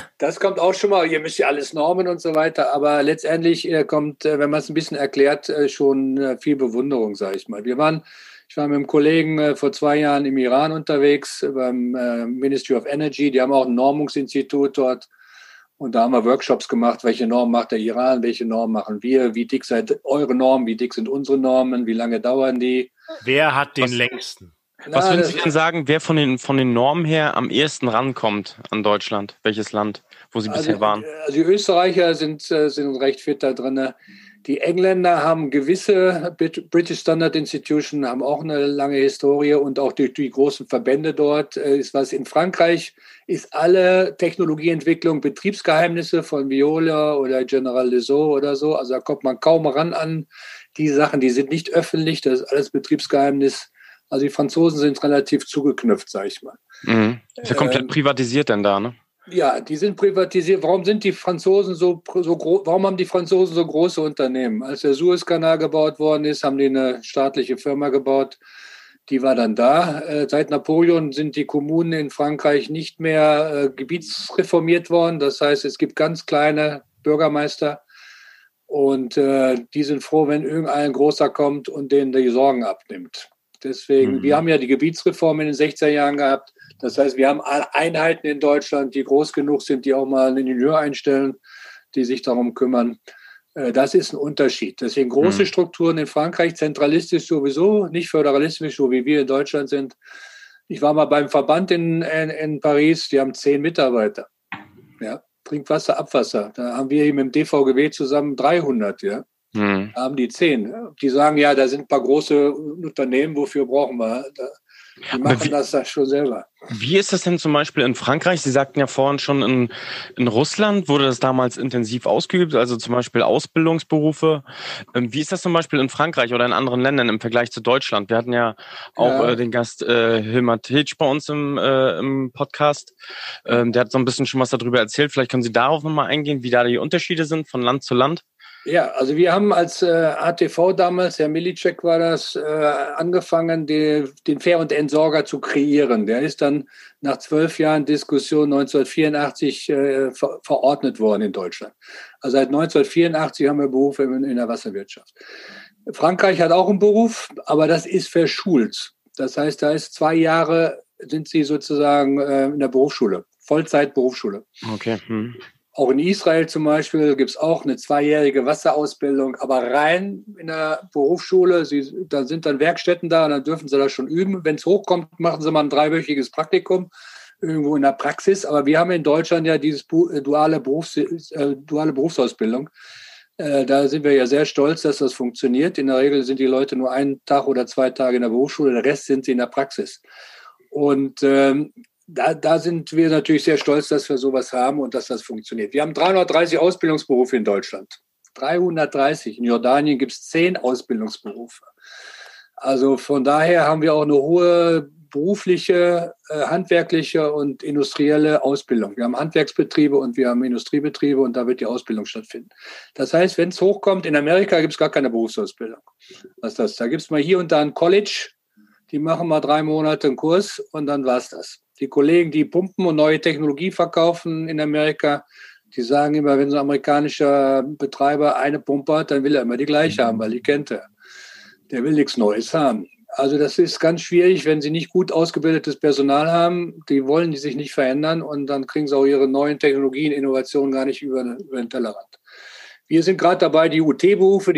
Ihr müsst ja alles normen und so weiter. Aber letztendlich kommt, wenn man es ein bisschen erklärt, schon viel Bewunderung, sage ich mal. Ich war mit einem Kollegen vor 2 Jahren im Iran unterwegs, beim Ministry of Energy. Die haben auch ein Normungsinstitut dort. Und da haben wir Workshops gemacht, welche Normen macht der Iran, welche Normen machen wir, wie dick seid eure Normen, wie dick sind unsere Normen, wie lange dauern die. Wer hat den längsten? Was würden Sie denn sagen, wer von den Normen her am ehesten rankommt an Deutschland? Welches Land, wo Sie bisher waren? Also die Österreicher sind recht fit da drin. Die Engländer haben gewisse, British Standard Institution haben auch eine lange Historie und auch durch die großen Verbände dort ist was. In Frankreich ist alle Technologieentwicklung Betriebsgeheimnisse von Viola oder General Lesaux oder so. Also da kommt man kaum ran an die Sachen, die sind nicht öffentlich, das ist alles Betriebsgeheimnis. Also die Franzosen sind relativ zugeknüpft, sag ich mal. Ist ja komplett privatisiert denn da, ne? Ja, die sind privatisiert. Warum sind die Franzosen so groß? Warum haben die Franzosen so große Unternehmen? Als der Suezkanal gebaut worden ist, haben die eine staatliche Firma gebaut. Die war dann da. Seit Napoleon sind die Kommunen in Frankreich nicht mehr gebietsreformiert worden. Das heißt, es gibt ganz kleine Bürgermeister und die sind froh, wenn irgendein Großer kommt und denen die Sorgen abnimmt. Deswegen, wir haben ja die Gebietsreform in den 60er Jahren gehabt. Das heißt, wir haben Einheiten in Deutschland, die groß genug sind, die auch mal einen Ingenieur einstellen, die sich darum kümmern. Das ist ein Unterschied. Deswegen große Strukturen in Frankreich, zentralistisch sowieso, nicht föderalistisch, so wie wir in Deutschland sind. Ich war mal beim Verband in Paris, die haben 10 Mitarbeiter. Ja, Trinkwasser, Abwasser. Da haben wir hier mit dem DVGW zusammen 300, ja. Da haben die 10. Die sagen, ja, da sind ein paar große Unternehmen, wofür brauchen wir? Die machen das schon selber. Wie ist das denn zum Beispiel in Frankreich? Sie sagten ja vorhin schon, in Russland wurde das damals intensiv ausgeübt, also zum Beispiel Ausbildungsberufe. Wie ist das zum Beispiel in Frankreich oder in anderen Ländern im Vergleich zu Deutschland? Wir hatten ja auch den Gast Hilmar Tiltsch bei uns im Podcast. Der hat so ein bisschen schon was darüber erzählt. Vielleicht können Sie darauf nochmal eingehen, wie da die Unterschiede sind von Land zu Land. Ja, also wir haben als ATV damals, Herr Milicek war das, angefangen, den Fähr- und Entsorger zu kreieren. Der ist dann nach 12 Jahren Diskussion 1984 verordnet worden in Deutschland. Also seit 1984 haben wir Berufe in der Wasserwirtschaft. Frankreich hat auch einen Beruf, aber das ist verschult. Das heißt, da ist 2 Jahre, sind sie sozusagen in der Berufsschule, Vollzeit-Berufsschule. Okay. Auch in Israel zum Beispiel gibt es auch eine 2-jährige Wasserausbildung, aber rein in der Berufsschule. Da sind dann Werkstätten da und dann dürfen sie das schon üben. Wenn es hochkommt, machen sie mal ein 3-wöchiges Praktikum irgendwo in der Praxis. Aber wir haben in Deutschland ja dieses duale Berufsausbildung. Da sind wir ja sehr stolz, dass das funktioniert. In der Regel sind die Leute nur 1 Tag oder 2 Tage in der Berufsschule, der Rest sind sie in der Praxis. Und da sind wir natürlich sehr stolz, dass wir sowas haben und dass das funktioniert. Wir haben 330 Ausbildungsberufe in Deutschland. 330. In Jordanien gibt es 10 Ausbildungsberufe. Also von daher haben wir auch eine hohe berufliche, handwerkliche und industrielle Ausbildung. Wir haben Handwerksbetriebe und wir haben Industriebetriebe und da wird die Ausbildung stattfinden. Das heißt, wenn es hochkommt, in Amerika gibt es gar keine Berufsausbildung. Was ist das? Da gibt es mal hier und da ein College, die machen mal 3 Monate einen Kurs und dann war's das. Die Kollegen, die pumpen und neue Technologie verkaufen in Amerika, die sagen immer, wenn so ein amerikanischer Betreiber eine Pumpe hat, dann will er immer die gleiche haben, weil die kennt er. Der will nichts Neues haben. Also das ist ganz schwierig, wenn sie nicht gut ausgebildetes Personal haben, die sich nicht verändern und dann kriegen sie auch ihre neuen Technologien, Innovationen gar nicht über den Tellerrand. Wir sind gerade dabei, die UT-Berufe,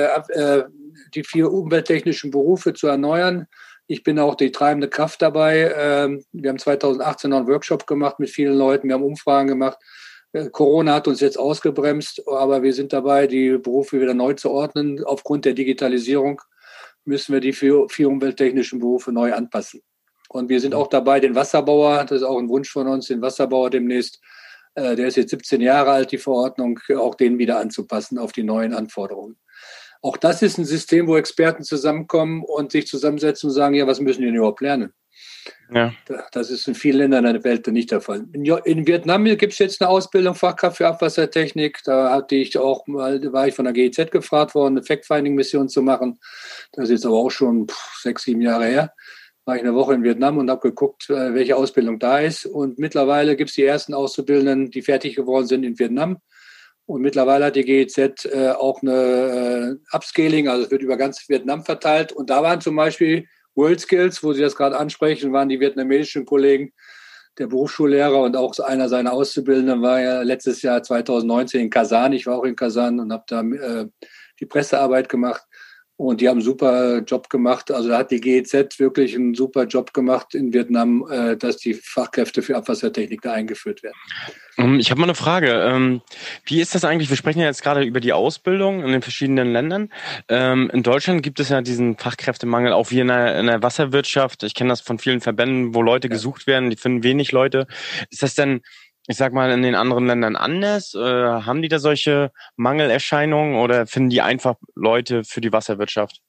die 4 umwelttechnischen Berufe zu erneuern. Ich bin auch die treibende Kraft dabei. Wir haben 2018 noch einen Workshop gemacht mit vielen Leuten. Wir haben Umfragen gemacht. Corona hat uns jetzt ausgebremst, aber wir sind dabei, die Berufe wieder neu zu ordnen. Aufgrund der Digitalisierung müssen wir die 4 umwelttechnischen Berufe neu anpassen. Und wir sind auch dabei, den Wasserbauer, das ist auch ein Wunsch von uns, den Wasserbauer demnächst, der ist jetzt 17 Jahre alt, die Verordnung, auch den wieder anzupassen auf die neuen Anforderungen. Auch das ist ein System, wo Experten zusammenkommen und sich zusammensetzen und sagen, ja, was müssen wir denn überhaupt lernen? Ja. Das ist in vielen Ländern der Welt nicht der Fall. In Vietnam gibt es jetzt eine Ausbildung Fachkraft für Abwassertechnik. Da war ich von der GIZ gefragt worden, eine Fact-Finding-Mission zu machen. Das ist jetzt aber auch schon 6, 7 Jahre her. War ich eine Woche in Vietnam und habe geguckt, welche Ausbildung da ist. Und mittlerweile gibt es die ersten Auszubildenden, die fertig geworden sind in Vietnam. Und mittlerweile hat die GIZ auch eine Upscaling, also es wird über ganz Vietnam verteilt. Und da waren zum Beispiel WorldSkills, wo Sie das gerade ansprechen, waren die vietnamesischen Kollegen, der Berufsschullehrer und auch einer seiner Auszubildenden war ja letztes Jahr 2019 in Kasan. Ich war auch in Kasan und habe da die Pressearbeit gemacht. Und die haben einen super Job gemacht. Also da hat die GIZ wirklich einen super Job gemacht in Vietnam, dass die Fachkräfte für Abwassertechnik da eingeführt werden. Ich habe mal eine Frage. Wie ist das eigentlich? Wir sprechen ja jetzt gerade über die Ausbildung in den verschiedenen Ländern. In Deutschland gibt es ja diesen Fachkräftemangel, auch wie in der Wasserwirtschaft. Ich kenne das von vielen Verbänden, wo Leute gesucht werden, die finden wenig Leute. Ist das denn, ich sag mal, in den anderen Ländern anders? Haben die da solche Mangelerscheinungen oder finden die einfach Leute für die Wasserwirtschaft?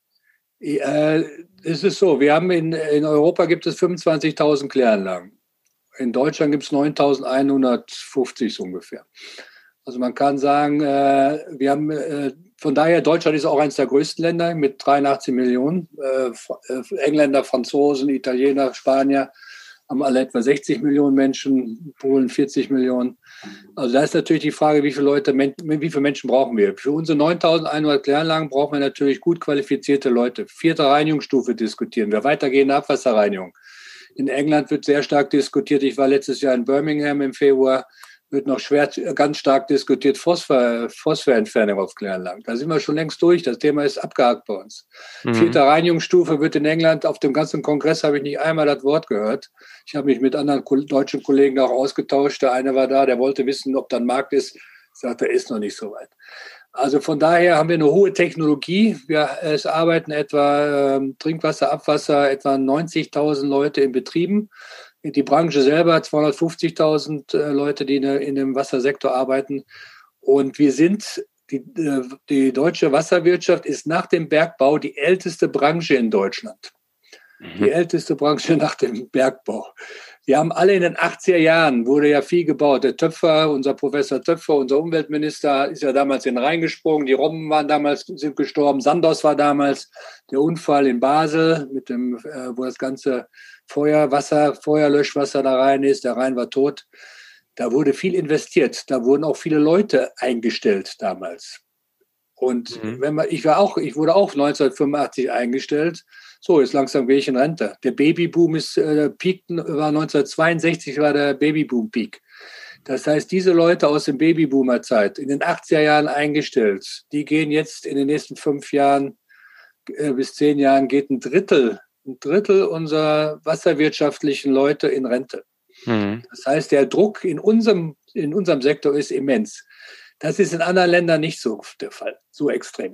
Es ist so, wir haben in Europa gibt es 25.000 Kläranlagen. In Deutschland gibt es 9.150 ungefähr. Also man kann sagen, wir haben, von daher, Deutschland ist auch eines der größten Länder mit 83 Millionen. Engländer, Franzosen, Italiener, Spanier haben alle etwa 60 Millionen Menschen, Polen 40 Millionen. Also da ist natürlich die Frage, wie viele Menschen brauchen wir? Für unsere 9.100 Kläranlagen brauchen wir natürlich gut qualifizierte Leute. 4. Reinigungsstufe diskutieren wir, weitergehende Abwasserreinigung. In England wird sehr stark diskutiert. Ich war letztes Jahr in Birmingham im Februar, wird noch ganz stark diskutiert, Phosphorentfernung auf Kläranlagen. Da sind wir schon längst durch. Das Thema ist abgehakt bei uns. 4. Reinigungsstufe wird in England, auf dem ganzen Kongress habe ich nicht einmal das Wort gehört. Ich habe mich mit anderen deutschen Kollegen auch ausgetauscht. Der eine war da, der wollte wissen, ob da ein Markt ist. Ich sagte, er ist noch nicht so weit. Also von daher haben wir eine hohe Technologie. Es arbeiten etwa Trinkwasser, Abwasser, etwa 90.000 Leute in Betrieben. Die Branche selber hat 250.000 Leute, die in dem Wassersektor arbeiten. Und wir sind, die deutsche Wasserwirtschaft ist nach dem Bergbau die älteste Branche in Deutschland. Die älteste Branche nach dem Bergbau. Wir haben alle in den 80er Jahren, wurde ja viel gebaut. Der Töpfer, unser Professor Töpfer, unser Umweltminister, ist ja damals in den Rhein gesprungen. Die Robben sind gestorben. Sandoz war damals der Unfall in Basel, wo das ganze Feuerlöschwasser da rein ist. Der Rhein war tot. Da wurde viel investiert. Da wurden auch viele Leute eingestellt damals. Und ich wurde auch 1985 eingestellt. So, jetzt langsam gehe ich in Rente. Der Babyboom war 1962, war der Babyboom-Peak. Das heißt, diese Leute aus der Babyboomer-Zeit, in den 80er Jahren eingestellt, die gehen jetzt in den nächsten 5 Jahren bis 10 Jahren geht ein Drittel unserer wasserwirtschaftlichen Leute in Rente. Das heißt, der Druck in unserem Sektor ist immens. Das ist in anderen Ländern nicht so der Fall, so extrem.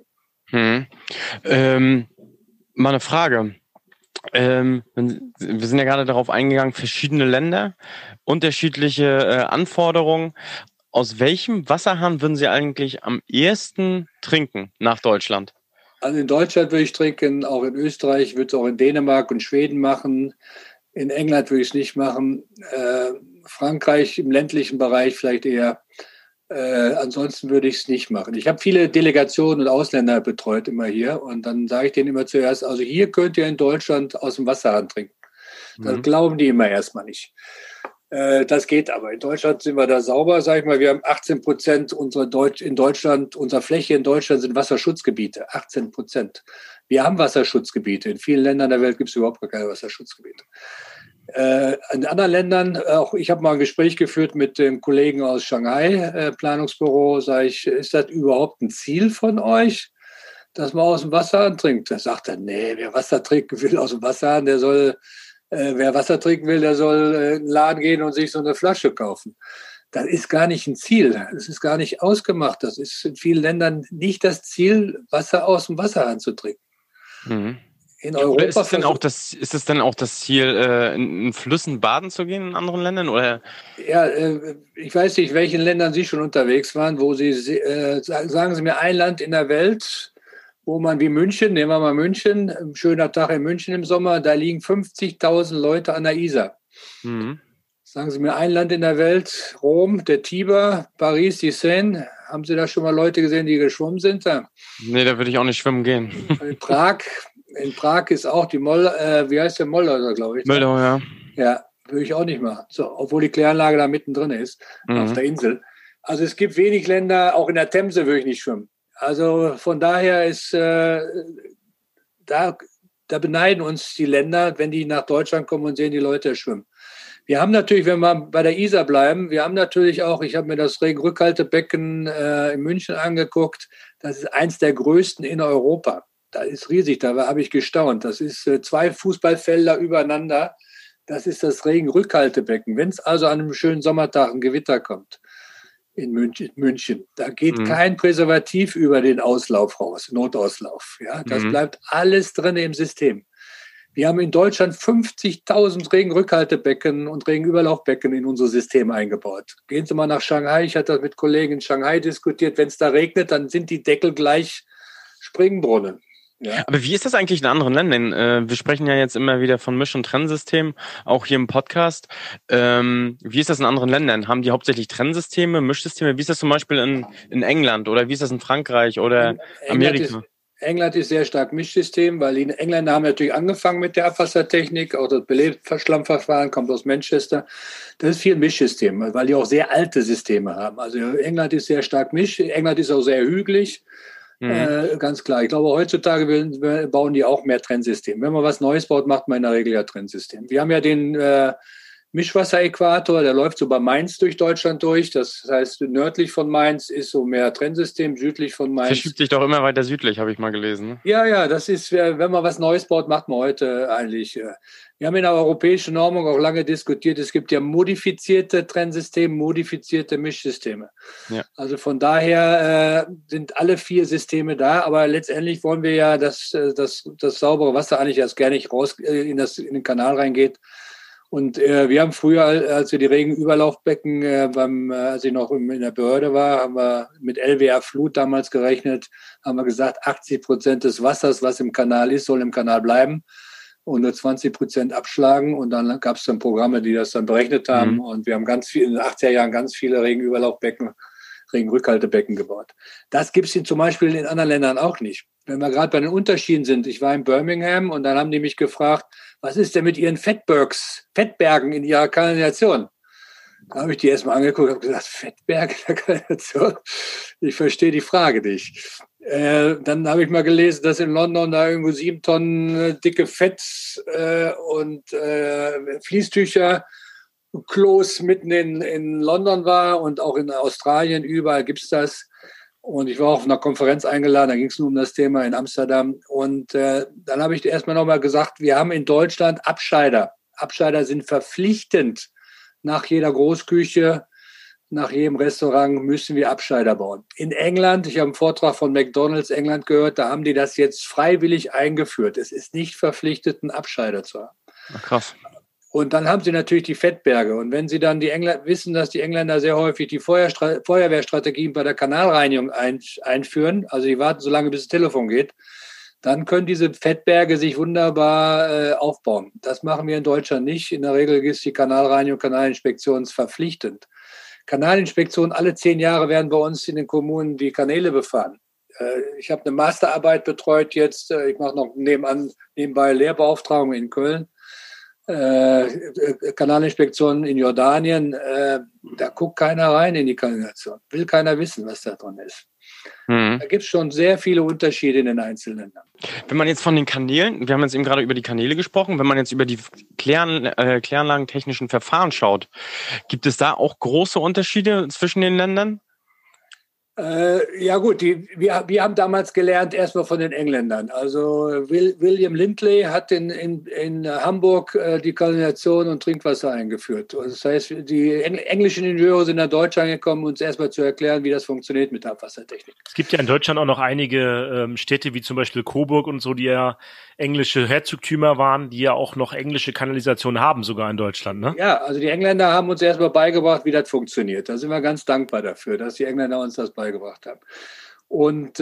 Mal eine Frage. Wir sind ja gerade darauf eingegangen, verschiedene Länder, unterschiedliche Anforderungen. Aus welchem Wasserhahn würden Sie eigentlich am ehesten trinken nach Deutschland? Also in Deutschland würde ich trinken, auch in Österreich, würde es auch in Dänemark und Schweden machen. In England würde ich es nicht machen. Frankreich im ländlichen Bereich vielleicht eher. Ansonsten würde ich es nicht machen. Ich habe viele Delegationen und Ausländer betreut immer hier und dann sage ich denen immer zuerst, also hier könnt ihr in Deutschland aus dem Wasserhahn trinken. Das glauben die immer erstmal nicht. Das geht aber. In Deutschland sind wir da sauber, sage ich mal. Wir haben 18% unserer Fläche in Deutschland sind Wasserschutzgebiete. 18%. Wir haben Wasserschutzgebiete. In vielen Ländern der Welt gibt es überhaupt keine Wasserschutzgebiete. In anderen Ländern, auch ich habe mal ein Gespräch geführt mit dem Kollegen aus Shanghai, Planungsbüro, sage ich, ist das überhaupt ein Ziel von euch, dass man aus dem Wasserhahn trinkt? Da sagt er, nee, wer Wasser trinken will aus dem Wasserhahn, wer Wasser trinken will, der soll in den Laden gehen und sich so eine Flasche kaufen. Das ist gar nicht ein Ziel. Das ist gar nicht ausgemacht. Das ist in vielen Ländern nicht das Ziel, Wasser aus dem Wasserhahn zu trinken. Mhm. In Europa ist es denn auch das Ziel, in Flüssen baden zu gehen in anderen Ländern? Oder? Ja, ich weiß nicht, in welchen Ländern Sie schon unterwegs waren, wo Sie, sagen Sie mir ein Land in der Welt, wo man wie München, nehmen wir mal München, ein schöner Tag in München im Sommer, da liegen 50.000 Leute an der Isar. Mhm. Sagen Sie mir ein Land in der Welt, Rom, der Tiber, Paris, die Seine. Haben Sie da schon mal Leute gesehen, die geschwommen sind? Nee, da würde ich auch nicht schwimmen gehen. In Prag ist auch die wie heißt der Moldau, glaube ich. Moldau, ja. Ja, würde ich auch nicht machen. So, obwohl die Kläranlage da mittendrin ist, auf der Insel. Also es gibt wenig Länder, auch in der Themse würde ich nicht schwimmen. Also von daher ist, da beneiden uns die Länder, wenn die nach Deutschland kommen und sehen die Leute schwimmen. Wir haben natürlich, wenn wir bei der Isar bleiben, wir haben natürlich auch, ich habe mir das Regenrückhaltebecken in München angeguckt, das ist eins der größten in Europa. Das ist riesig, da habe ich gestaunt. Das ist 2 Fußballfelder übereinander. Das ist das Regenrückhaltebecken. Wenn es also an einem schönen Sommertag ein Gewitter kommt in München, da geht kein Präservativ über den Auslauf raus, Notauslauf. Ja, das bleibt alles drin im System. Wir haben in Deutschland 50.000 Regenrückhaltebecken und Regenüberlaufbecken in unser System eingebaut. Gehen Sie mal nach Shanghai. Ich hatte das mit Kollegen in Shanghai diskutiert. Wenn es da regnet, dann sind die Deckel gleich Springbrunnen. Ja. Aber wie ist das eigentlich in anderen Ländern? Wir sprechen ja jetzt immer wieder von Misch- und Trennsystemen, auch hier im Podcast. Wie ist das in anderen Ländern? Haben die hauptsächlich Trennsysteme, Mischsysteme? Wie ist das zum Beispiel in England oder wie ist das in Frankreich oder Amerika? England ist sehr stark Mischsystem, weil die Engländer haben natürlich angefangen mit der Abwassertechnik, auch das Belebt-Verschlammverfahren kommt aus Manchester. Das ist viel Mischsystem, weil die auch sehr alte Systeme haben. Also England ist sehr stark Misch, England ist auch sehr hügelig. Ganz klar. Ich glaube, heutzutage bauen die auch mehr Trennsystem. Wenn man was Neues baut, macht man in der Regel ja Trennsystem. Wir haben ja den Mischwasseräquator, der läuft so bei Mainz durch Deutschland durch. Das heißt, nördlich von Mainz ist so mehr Trennsystem, südlich von Mainz. Verschiebt sich doch immer weiter südlich, habe ich mal gelesen. Ne? Ja, das ist, wenn man was Neues baut, macht man heute eigentlich. Wir haben in der europäischen Normung auch lange diskutiert, es gibt ja modifizierte Trennsysteme, modifizierte Mischsysteme. Ja. Also von daher sind alle 4 Systeme da, aber letztendlich wollen wir ja, dass das saubere Wasser eigentlich erst gar nicht raus in den Kanal reingeht. Und wir haben früher, als wir die Regenüberlaufbecken, als ich noch in der Behörde war, haben wir mit LWR Flut damals gerechnet, haben wir gesagt, 80% des Wassers, was im Kanal ist, soll im Kanal bleiben und nur 20% abschlagen. Und dann gab es dann Programme, die das dann berechnet haben. Und wir haben in den 80er Jahren ganz viele Regenüberlaufbecken, Regenrückhaltebecken gebaut. Das gibt es zum Beispiel in anderen Ländern auch nicht. Wenn wir gerade bei den Unterschieden sind, ich war in Birmingham und dann haben die mich gefragt, was ist denn mit Ihren Fettbergen in Ihrer Kanalisation? Da habe ich die erstmal angeguckt und habe gesagt, Fettberge in der Kanalisation? Ich verstehe die Frage nicht. Dann habe ich mal gelesen, dass in London da irgendwo 7 Tonnen dicke Fett und Fließtücher Klos mitten in London war und auch in Australien, überall gibt es das. Und ich war auch auf einer Konferenz eingeladen, da ging es nur um das Thema in Amsterdam. Und dann habe ich erstmal nochmal gesagt, wir haben in Deutschland Abscheider. Abscheider sind verpflichtend. Nach jeder Großküche, nach jedem Restaurant müssen wir Abscheider bauen. In England, ich habe einen Vortrag von McDonald's England gehört, da haben die das jetzt freiwillig eingeführt. Es ist nicht verpflichtet, einen Abscheider zu haben. Ach, krass. Und dann haben sie natürlich die Fettberge. Und wenn sie dann wissen, dass die Engländer sehr häufig die Feuerwehrstrategien bei der Kanalreinigung einführen, also die warten so lange, bis das Telefon geht, dann können diese Fettberge sich wunderbar aufbauen. Das machen wir in Deutschland nicht. In der Regel ist die Kanalreinigung, Kanalinspektion verpflichtend. Kanalinspektion, alle 10 Jahre werden bei uns in den Kommunen die Kanäle befahren. Ich habe eine Masterarbeit betreut jetzt. Ich mache noch nebenbei Lehrbeauftragung in Köln. Kanalinspektion in Jordanien. Da guckt keiner rein in die Kanalisation. Will keiner wissen, was da drin ist. Da gibt es schon sehr viele Unterschiede in den Einzelländern. Wenn man jetzt von den Kanälen, wir haben jetzt eben gerade über die Kanäle gesprochen, wenn man jetzt über die kläranlagentechnischen Verfahren schaut, gibt es da auch große Unterschiede zwischen den Ländern? Ja gut, wir haben damals gelernt erstmal von den Engländern. Also William Lindley hat in Hamburg die Kanalisation und Trinkwasser eingeführt. Das heißt, die englischen Ingenieure sind nach Deutschland gekommen, uns erstmal zu erklären, wie das funktioniert mit der Abwassertechnik. Es gibt ja in Deutschland auch noch einige Städte, wie zum Beispiel Coburg und so, die ja englische Herzogtümer waren, die ja auch noch englische Kanalisationen haben, sogar in Deutschland, ne? Ja, also die Engländer haben uns erstmal beigebracht, wie das funktioniert. Da sind wir ganz dankbar dafür, dass die Engländer uns das beigebracht haben. Und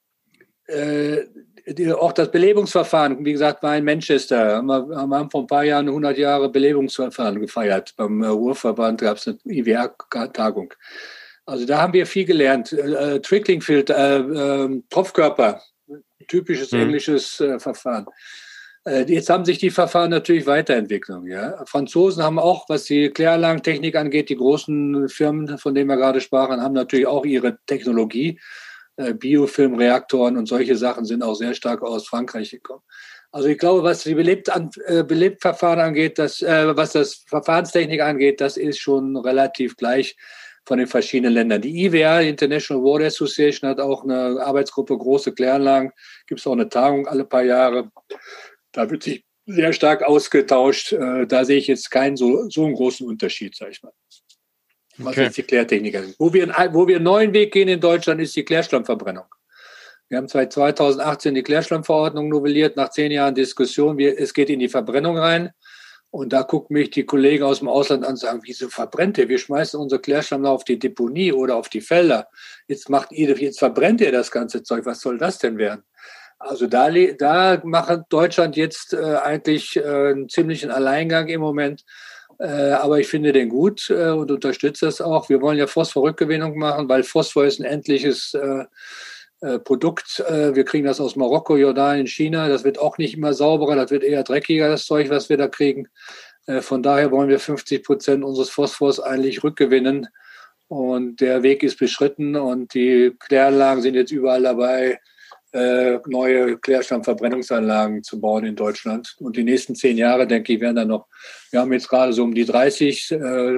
auch das Belebungsverfahren, wie gesagt, war in Manchester. Wir haben vor ein paar Jahren 100 Jahre Belebungsverfahren gefeiert. Beim Ruhrverband gab es eine IWA-Tagung. Also da haben wir viel gelernt. Trickling-Filter, Tropfkörper, typisches englisches Verfahren. Jetzt haben sich die Verfahren natürlich weiterentwickelt. Ja. Franzosen haben auch, was die Kläranlagentechnik angeht, die großen Firmen, von denen wir gerade sprachen, haben natürlich auch ihre Technologie. Biofilmreaktoren und solche Sachen sind auch sehr stark aus Frankreich gekommen. Also ich glaube, was die Belebverfahren angeht, was das Verfahrenstechnik angeht, das ist schon relativ gleich von den verschiedenen Ländern. Die IWA, International Water Association, hat auch eine Arbeitsgruppe, große Kläranlagen. Gibt es auch eine Tagung alle paar Jahre. Da wird sich sehr stark ausgetauscht. Da sehe ich jetzt keinen so einen großen Unterschied, sage ich mal. Was jetzt die Klärtechniker sind. Wo wir einen neuen Weg gehen in Deutschland, ist die Klärschlammverbrennung. Wir haben seit 2018 die Klärschlammverordnung novelliert, nach 10 Jahren Diskussion. Es geht in die Verbrennung rein. Und da gucken mich die Kollegen aus dem Ausland an und sagen, wieso verbrennt ihr? Wir schmeißen unser Klärschlamm auf die Deponie oder auf die Felder. Jetzt verbrennt ihr das ganze Zeug. Was soll das denn werden? Also da macht Deutschland jetzt eigentlich einen ziemlichen Alleingang im Moment. Aber ich finde den gut und unterstütze das auch. Wir wollen ja Phosphorrückgewinnung machen, weil Phosphor ist ein endliches Produkt. Wir kriegen das aus Marokko, Jordanien, China. Das wird auch nicht immer sauberer, das wird eher dreckiger, das Zeug, was wir da kriegen. Von daher wollen wir 50% unseres Phosphors eigentlich rückgewinnen. Und der Weg ist beschritten und die Kläranlagen sind jetzt überall dabei, neue Klärschlammverbrennungsanlagen zu bauen in Deutschland. Und die nächsten 10 Jahre, denke ich, werden dann noch, wir haben jetzt gerade so um die 30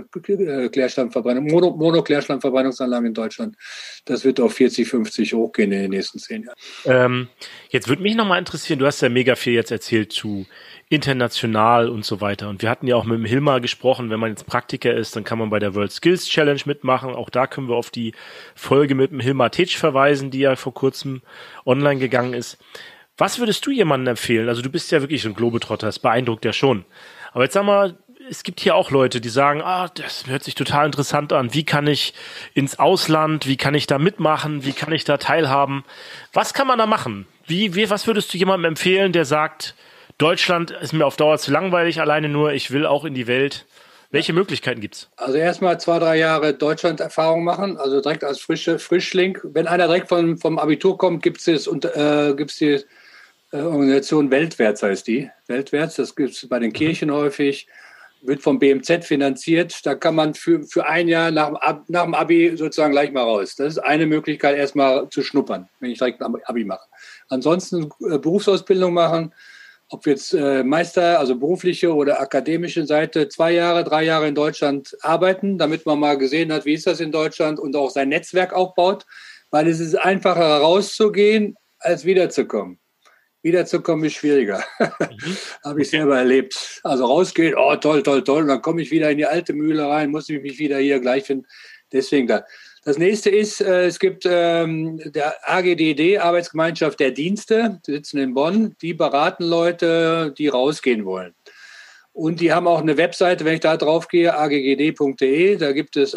Mono-Klärschlammverbrennungsanlagen in Deutschland. Das wird auf 40, 50 hochgehen in den nächsten 10 Jahren. Jetzt würde mich nochmal interessieren, du hast ja mega viel jetzt erzählt zu international und so weiter. Und wir hatten ja auch mit dem Hilmar gesprochen, wenn man jetzt Praktiker ist, dann kann man bei der World Skills Challenge mitmachen. Auch da können wir auf die Folge mit dem Hilmar Tetsch verweisen, die ja vor kurzem online gegangen ist. Was würdest du jemandem empfehlen? Also du bist ja wirklich so ein Globetrotter, das beeindruckt ja schon. Aber jetzt sag mal, es gibt hier auch Leute, die sagen, das hört sich total interessant an. Wie kann ich ins Ausland? Wie kann ich da mitmachen? Wie kann ich da teilhaben? Was kann man da machen? Was würdest du jemandem empfehlen, der sagt, Deutschland ist mir auf Dauer zu langweilig, alleine nur, ich will auch in die Welt. Welche Möglichkeiten gibt's? Also erstmal 2, 3 Jahre Deutschland-Erfahrung machen, also direkt als Frischling. Wenn einer direkt vom Abitur kommt, gibt's die Organisation Weltwärts, heißt die. Weltwärts, das gibt's bei den Kirchen häufig, wird vom BMZ finanziert. Da kann man für ein Jahr nach dem Abi sozusagen gleich mal raus. Das ist eine Möglichkeit, erstmal zu schnuppern, wenn ich direkt ein Abi mache. Ansonsten Berufsausbildung machen, ob jetzt Meister, also berufliche oder akademische Seite, 2 Jahre, 3 Jahre in Deutschland arbeiten, damit man mal gesehen hat, wie ist das in Deutschland und auch sein Netzwerk aufbaut, weil es ist einfacher rauszugehen, als wiederzukommen. Wiederzukommen ist schwieriger. Habe ich selber erlebt. Also rausgehen, toll, toll, toll, und dann komme ich wieder in die alte Mühle rein, muss ich mich wieder hier gleich finden. Deswegen da. Das nächste ist, es gibt der AGDD, Arbeitsgemeinschaft der Dienste, die sitzen in Bonn, die beraten Leute, die rausgehen wollen. Und die haben auch eine Webseite, wenn ich da drauf gehe, aggd.de, da gibt es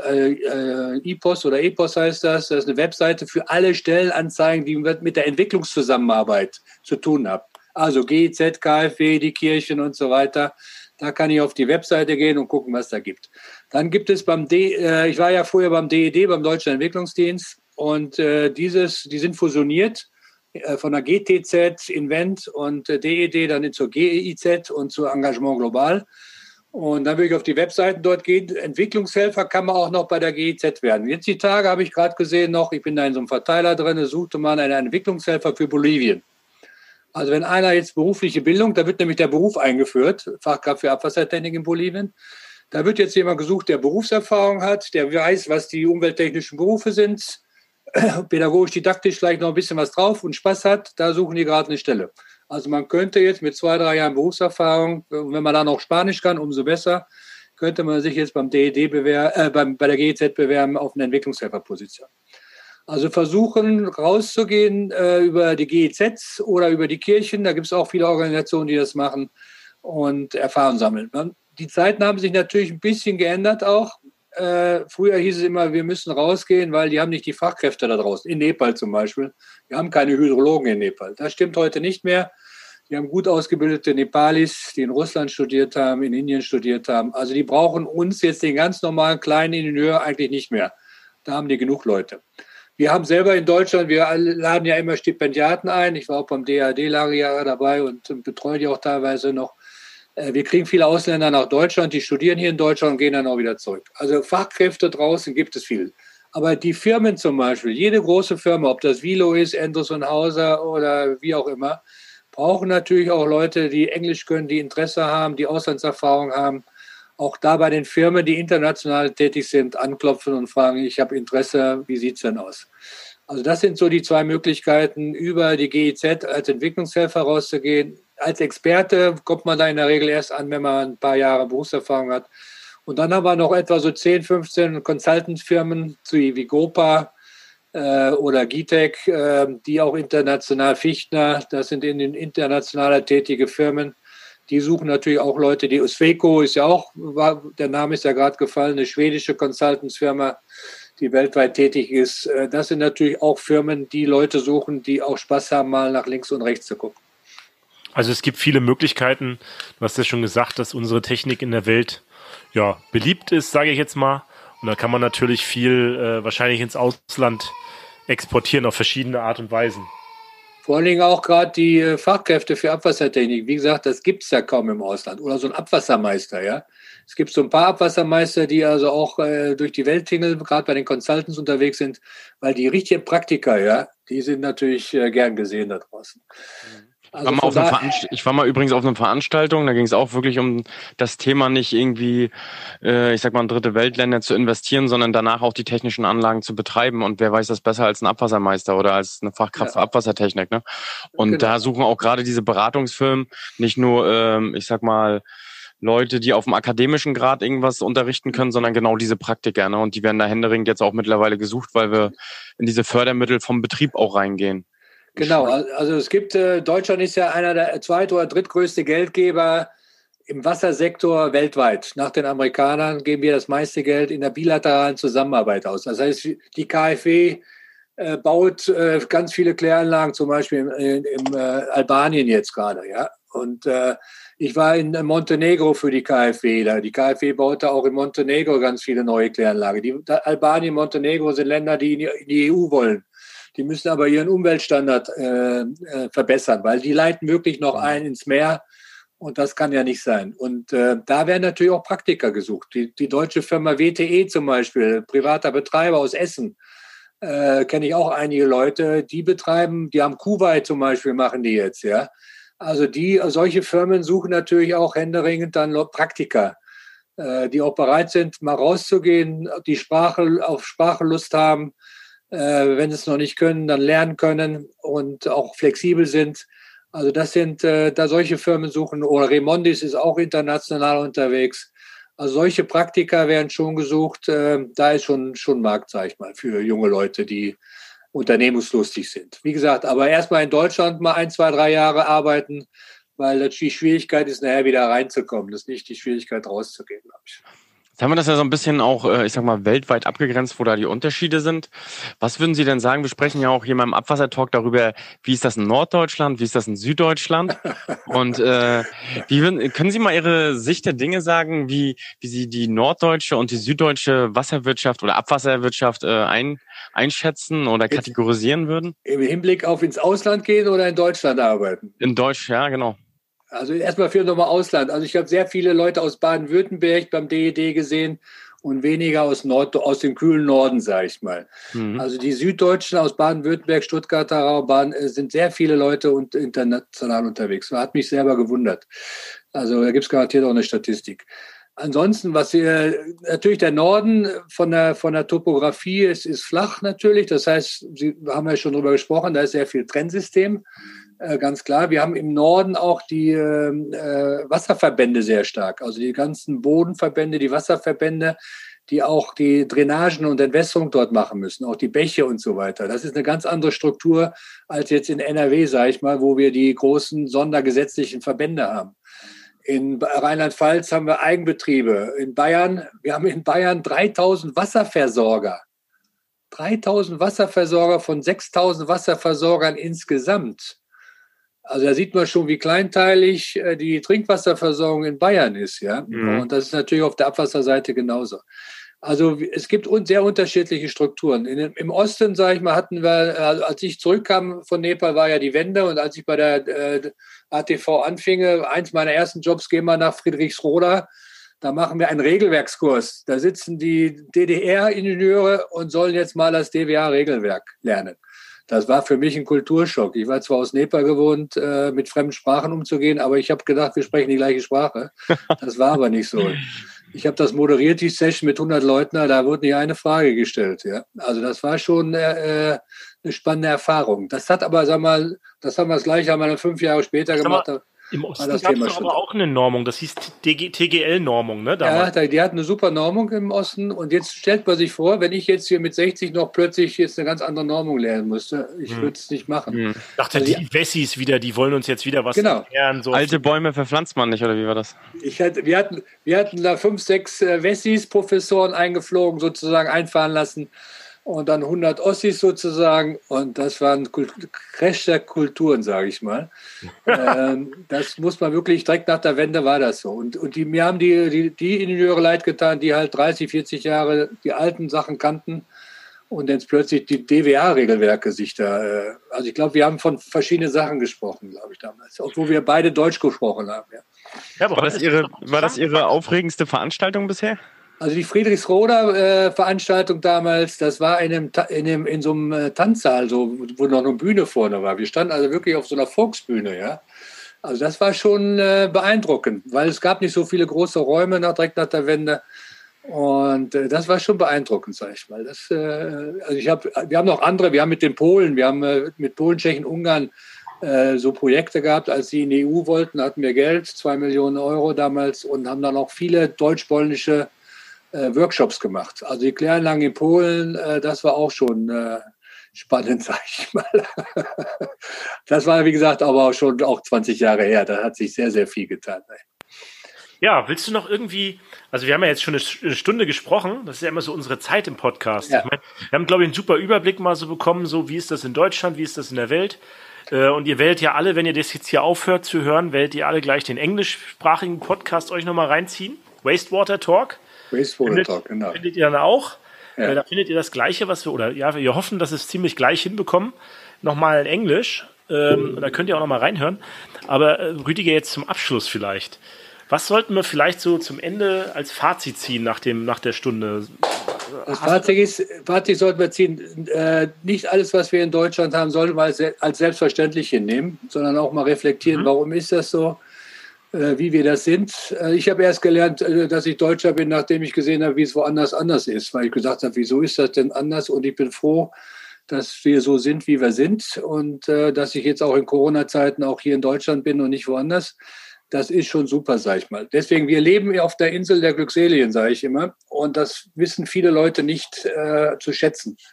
IPOS oder EPOS heißt das. Das ist eine Webseite für alle Stellenanzeigen, die mit der Entwicklungszusammenarbeit zu tun haben. Also GIZ, KfW, die Kirchen und so weiter. Da kann ich auf die Webseite gehen und gucken, was da gibt. Dann gibt es ich war ja vorher beim DED, beim Deutschen Entwicklungsdienst, und die sind fusioniert von der GTZ, Invent und DED dann zur GEIZ und zu Engagement Global. Und dann will ich auf die Webseiten dort gehen. Entwicklungshelfer kann man auch noch bei der GEZ werden. Jetzt die Tage habe ich gerade gesehen ich bin da in so einem Verteiler drin, suchte man einen Entwicklungshelfer für Bolivien. Also wenn einer jetzt berufliche Bildung, da wird nämlich der Beruf eingeführt, Fachkraft für Abwassertechnik in Bolivien. Da wird jetzt jemand gesucht, der Berufserfahrung hat, der weiß, was die umwelttechnischen Berufe sind, pädagogisch, didaktisch vielleicht noch ein bisschen was drauf und Spaß hat, da suchen die gerade eine Stelle. Also man könnte jetzt mit 2-3 Jahren Berufserfahrung, wenn man dann auch Spanisch kann, umso besser, könnte man sich jetzt beim DED bei der GEZ bewerben auf eine Entwicklungshelferposition. Also versuchen rauszugehen über die GEZ oder über die Kirchen, da gibt es auch viele Organisationen, die das machen und Erfahrung sammeln. Die Zeiten haben sich natürlich ein bisschen geändert auch. Früher hieß es immer, wir müssen rausgehen, weil die haben nicht die Fachkräfte da draußen. In Nepal zum Beispiel. Wir haben keine Hydrologen in Nepal. Das stimmt heute nicht mehr. Wir haben gut ausgebildete Nepalis, die in Russland studiert haben, in Indien studiert haben. Also die brauchen uns jetzt den ganz normalen kleinen Ingenieur eigentlich nicht mehr. Da haben die genug Leute. Wir haben selber in Deutschland, wir laden ja immer Stipendiaten ein. Ich war auch beim DAD lange Jahre dabei und betreue die auch teilweise noch. Wir kriegen viele Ausländer nach Deutschland, die studieren hier in Deutschland und gehen dann auch wieder zurück. Also Fachkräfte draußen gibt es viel. Aber die Firmen zum Beispiel, jede große Firma, ob das Vilo ist, Endres und Hauser oder wie auch immer, brauchen natürlich auch Leute, die Englisch können, die Interesse haben, die Auslandserfahrung haben. Auch da bei den Firmen, die international tätig sind, anklopfen und fragen, ich habe Interesse, wie sieht es denn aus? Also das sind so die 2 Möglichkeiten, über die GIZ als Entwicklungshelfer rauszugehen. Als Experte kommt man da in der Regel erst an, wenn man ein paar Jahre Berufserfahrung hat. Und dann haben wir noch etwa so 10, 15 Consultant-Firmen, wie GOPA oder GITEC, die auch international, Fichtner, das sind international tätige Firmen. Die suchen natürlich auch Leute, die Sweco ist ja auch, der Name ist ja gerade gefallen, eine schwedische Consultants-Firma, die weltweit tätig ist. Das sind natürlich auch Firmen, die Leute suchen, die auch Spaß haben, mal nach links und rechts zu gucken. Also es gibt viele Möglichkeiten. Du hast ja schon gesagt, dass unsere Technik in der Welt ja beliebt ist, sage ich jetzt mal. Und da kann man natürlich viel wahrscheinlich ins Ausland exportieren auf verschiedene Art und Weisen. Vor allen Dingen auch gerade die Fachkräfte für Abwassertechnik. Wie gesagt, das gibt es ja kaum im Ausland. Oder so ein Abwassermeister, ja. Es gibt so ein paar Abwassermeister, die also auch durch die Welt tingeln, gerade bei den Consultants unterwegs sind, weil die richtigen Praktiker, ja, die sind natürlich gern gesehen da draußen. Also ich war mal übrigens auf einer Veranstaltung, da ging es auch wirklich um das Thema, nicht irgendwie, ich sag mal, in dritte Weltländer zu investieren, sondern danach auch die technischen Anlagen zu betreiben. Und wer weiß das besser als ein Abwassermeister oder als eine Fachkraft für Abwassertechnik, ne? Und da suchen auch gerade diese Beratungsfirmen nicht nur, ich sag mal, Leute, die auf dem akademischen Grad irgendwas unterrichten können, sondern genau diese Praktiker, ne? Und die werden da händeringend jetzt auch mittlerweile gesucht, weil wir in diese Fördermittel vom Betrieb auch reingehen. Genau, also es gibt, Deutschland ist ja einer der zweit- oder drittgrößte Geldgeber im Wassersektor weltweit. Nach den Amerikanern geben wir das meiste Geld in der bilateralen Zusammenarbeit aus. Das heißt, die KfW baut ganz viele Kläranlagen, zum Beispiel im Albanien jetzt gerade, ja. Und ich war in Montenegro für die KfW. Die KfW baute auch in Montenegro ganz viele neue Kläranlagen. Albanien, Montenegro sind Länder, die in die EU wollen. Die müssen aber ihren Umweltstandard verbessern, weil die leiten wirklich noch ein ins Meer und das kann ja nicht sein. Und da werden natürlich auch Praktiker gesucht. Die deutsche Firma WTE zum Beispiel, privater Betreiber aus Essen, kenne ich auch einige Leute, die betreiben, die haben Kuwait zum Beispiel, machen die jetzt, ja. Also solche Firmen suchen natürlich auch händeringend dann Praktiker, die auch bereit sind, mal rauszugehen, die auf Sprache Lust haben, wenn sie es noch nicht können, dann lernen können und auch flexibel sind. Also das sind, da solche Firmen suchen, oder Remondis ist auch international unterwegs. Also solche Praktika werden schon gesucht. Da ist schon Markt, sag ich mal, für junge Leute, die unternehmungslustig sind. Wie gesagt, aber erstmal in Deutschland mal 1, 2, 3 Jahre arbeiten, weil die Schwierigkeit ist, nachher wieder reinzukommen. Das ist nicht die Schwierigkeit, rauszugehen, glaube ich. Jetzt haben wir das ja so ein bisschen auch, ich sag mal, weltweit abgegrenzt, wo da die Unterschiede sind. Was würden Sie denn sagen? Wir sprechen ja auch hier mal im Abwassertalk darüber, wie ist das in Norddeutschland, wie ist das in Süddeutschland? Und können Sie mal Ihre Sicht der Dinge sagen, wie Sie die norddeutsche und die süddeutsche Wasserwirtschaft oder Abwasserwirtschaft einschätzen oder kategorisieren würden? Im Hinblick auf ins Ausland gehen oder in Deutschland arbeiten? In Deutsch, ja, genau. Also erstmal für nochmal Ausland. Also ich habe sehr viele Leute aus Baden-Württemberg beim DED gesehen und weniger aus dem kühlen Norden, sage ich mal. Mhm. Also die Süddeutschen aus Baden-Württemberg, Stuttgarter Raum, sind sehr viele Leute international unterwegs. Das hat mich selber gewundert. Also da gibt es garantiert auch eine Statistik. Ansonsten, natürlich der Norden von der Topografie ist flach natürlich. Das heißt, Sie haben ja schon drüber gesprochen, da ist sehr viel Trennsystem. Ganz klar. Wir haben im Norden auch die Wasserverbände sehr stark. Also die ganzen Bodenverbände, die Wasserverbände, die auch die Drainagen und Entwässerung dort machen müssen, auch die Bäche und so weiter. Das ist eine ganz andere Struktur als jetzt in NRW, sage ich mal, wo wir die großen sondergesetzlichen Verbände haben. In Rheinland-Pfalz haben wir Eigenbetriebe. Wir haben in Bayern 3000 Wasserversorger. 3000 Wasserversorger von 6000 Wasserversorgern insgesamt. Also da sieht man schon, wie kleinteilig die Trinkwasserversorgung in Bayern ist, ja. Mhm. Und das ist natürlich auf der Abwasserseite genauso. Also es gibt sehr unterschiedliche Strukturen. Im Osten, sage ich mal, hatten wir, als ich zurückkam von Nepal, war ja die Wende. Und als ich bei der ATV anfinge, eins meiner ersten Jobs, gehen wir nach Friedrichsroda. Da machen wir einen Regelwerkskurs. Da sitzen die DDR-Ingenieure und sollen jetzt mal das DWA-Regelwerk lernen. Das war für mich ein Kulturschock. Ich war zwar aus Nepal gewohnt, mit fremden Sprachen umzugehen, aber ich habe gedacht, wir sprechen die gleiche Sprache. Das war aber nicht so. Ich habe das moderiert, die Session mit 100 Leuten, da wurde nicht eine Frage gestellt. Ja. Also das war schon eine spannende Erfahrung. Das hat aber, das haben wir das Gleiche einmal 5 Jahre später gemacht. Im Osten gab es doch aber auch eine Normung, das hieß TGL-Normung, ne? Damals. Ja, die hatten eine super Normung im Osten und jetzt stellt man sich vor, wenn ich jetzt hier mit 60 noch plötzlich jetzt eine ganz andere Normung lernen müsste, ich würde es nicht machen. Ich dachte, also, die Wessis wieder, die wollen uns jetzt wieder was erklären. So alte Bäume verpflanzt man nicht, oder wie war das? Wir hatten da 5, 6 Wessis, Professoren eingeflogen, sozusagen einfahren lassen. Und dann 100 Ossis sozusagen. Und das waren Crash der Kulturen, sage ich mal. Das muss man wirklich, direkt nach der Wende war das so. Und mir haben die Ingenieure leid getan, die halt 30, 40 Jahre die alten Sachen kannten und jetzt plötzlich die DWA-Regelwerke sich da... Also ich glaube, wir haben von verschiedenen Sachen gesprochen, glaube ich, damals. Obwohl wir beide Deutsch gesprochen haben, ja. Ja, war das Ihre aufregendste Veranstaltung bisher? Also die Friedrichsroda Veranstaltung damals, das war in so einem Tanzsaal, so, wo noch eine Bühne vorne war. Wir standen also wirklich auf so einer Volksbühne, ja. Also das war schon beeindruckend, weil es gab nicht so viele große Räume direkt nach der Wende. Und das war schon beeindruckend, sag ich mal. Wir haben noch andere, wir haben mit den Polen, wir haben mit Polen, Tschechien, Ungarn so Projekte gehabt, als sie in die EU wollten, hatten wir Geld, 2 Millionen Euro damals und haben dann auch viele deutsch-polnische Workshops gemacht. Also die Kläranlagen in Polen, das war auch schon spannend, sag ich mal. Das war, wie gesagt, aber auch 20 Jahre her. Da hat sich sehr, sehr viel getan. Ja, willst du noch irgendwie, also wir haben ja jetzt schon eine Stunde gesprochen, das ist ja immer so unsere Zeit im Podcast. Ja. Ich meine, wir haben, glaube ich, einen super Überblick mal so bekommen, so wie ist das in Deutschland, wie ist das in der Welt. Und ihr wählt ja alle, wenn ihr das jetzt hier aufhört zu hören, wählt ihr alle gleich den englischsprachigen Podcast euch nochmal reinziehen. Wastewater Talk. Genau. Findet ihr dann auch. Ja. Da findet ihr das Gleiche, wir hoffen, dass wir es ziemlich gleich hinbekommen. Nochmal in Englisch. Da könnt ihr auch nochmal reinhören. Aber Rüdiger, jetzt zum Abschluss vielleicht. Was sollten wir vielleicht so zum Ende als Fazit ziehen nach der Stunde? Das Fazit sollten wir ziehen, nicht alles, was wir in Deutschland haben, sollten wir als selbstverständlich hinnehmen, sondern auch mal reflektieren, warum ist das so? Wie wir das sind. Ich habe erst gelernt, dass ich Deutscher bin, nachdem ich gesehen habe, wie es woanders anders ist, weil ich gesagt habe, wieso ist das denn anders? Und ich bin froh, dass wir so sind, wie wir sind und dass ich jetzt auch in Corona-Zeiten auch hier in Deutschland bin und nicht woanders. Das ist schon super, sage ich mal. Deswegen, wir leben auf der Insel der Glückseligen, sage ich immer. Und das wissen viele Leute nicht zu schätzen.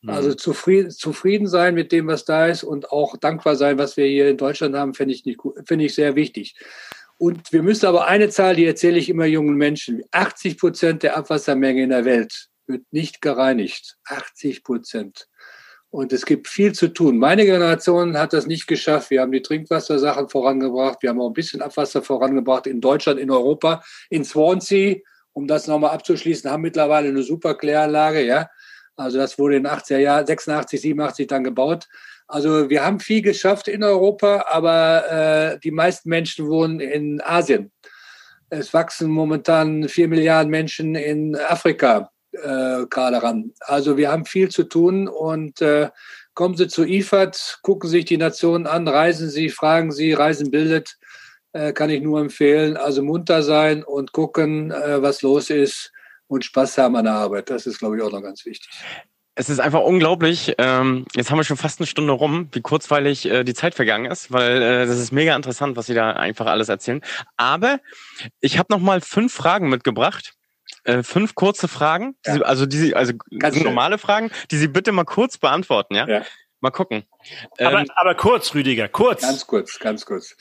Also zufrieden sein mit dem, was da ist und auch dankbar sein, was wir hier in Deutschland haben, finde ich sehr wichtig. Und wir müssen aber eine Zahl, die erzähle ich immer jungen Menschen. 80% der Abwassermenge in der Welt wird nicht gereinigt. 80%. Und es gibt viel zu tun. Meine Generation hat das nicht geschafft. Wir haben die Trinkwassersachen vorangebracht. Wir haben auch ein bisschen Abwasser vorangebracht in Deutschland, in Europa. In Swansea, um das nochmal abzuschließen, haben mittlerweile eine super Kläranlage, ja. Also das wurde in den 80er Jahren, 86, 87 dann gebaut. Also wir haben viel geschafft in Europa, aber die meisten Menschen wohnen in Asien. Es wachsen momentan 4 Milliarden Menschen in Afrika gerade ran. Also wir haben viel zu tun und kommen Sie zu IFAD, gucken sich die Nationen an, reisen Sie, fragen Sie, Reisen bildet, kann ich nur empfehlen. Also munter sein und gucken, was los ist und Spaß haben an der Arbeit. Das ist, glaube ich, auch noch ganz wichtig. Es ist einfach unglaublich. Jetzt haben wir schon fast eine Stunde rum, wie kurzweilig die Zeit vergangen ist, weil das ist mega interessant, was Sie da einfach alles erzählen. Aber ich habe noch mal 5 Fragen mitgebracht. 5 kurze Fragen, ja. also normale Fragen, die Sie bitte mal kurz beantworten, ja? Ja. Mal gucken. Aber kurz, Rüdiger, kurz. Ganz kurz.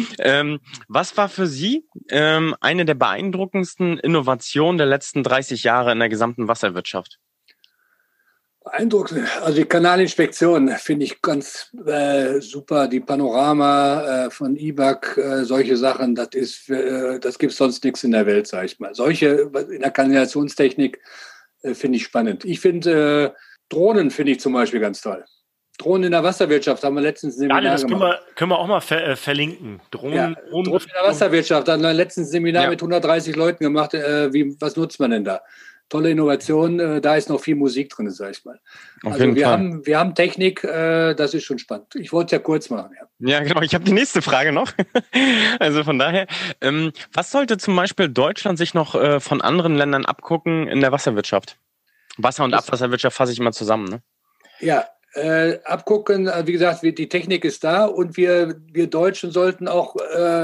Was war für Sie eine der beeindruckendsten Innovationen der letzten 30 Jahre in der gesamten Wasserwirtschaft? Beeindruckend. Also die Kanalinspektion finde ich ganz super. Die Panorama von IBAC, solche Sachen, das gibt es sonst nichts in der Welt, sage ich mal. Solche in der Kanalisationstechnik finde ich spannend. Ich finde Drohnen finde ich zum Beispiel ganz toll. Drohnen in der Wasserwirtschaft haben wir letztens ein Seminar gemacht. Das können wir auch mal verlinken. Drohnen in der Wasserwirtschaft haben wir letztens ein Seminar mit 130 Leuten gemacht. Was nutzt man denn da? Tolle Innovation, da ist noch viel Musik drin, sag ich mal. Also wir haben Technik, das ist schon spannend. Ich wollte es ja kurz machen. Ja, genau. Ich habe die nächste Frage noch. Also von daher, was sollte zum Beispiel Deutschland sich noch von anderen Ländern abgucken in der Wasserwirtschaft? Wasser- und Abwasserwirtschaft fasse ich immer zusammen, ne? Ja, abgucken, wie gesagt, die Technik ist da und wir Deutschen sollten auch,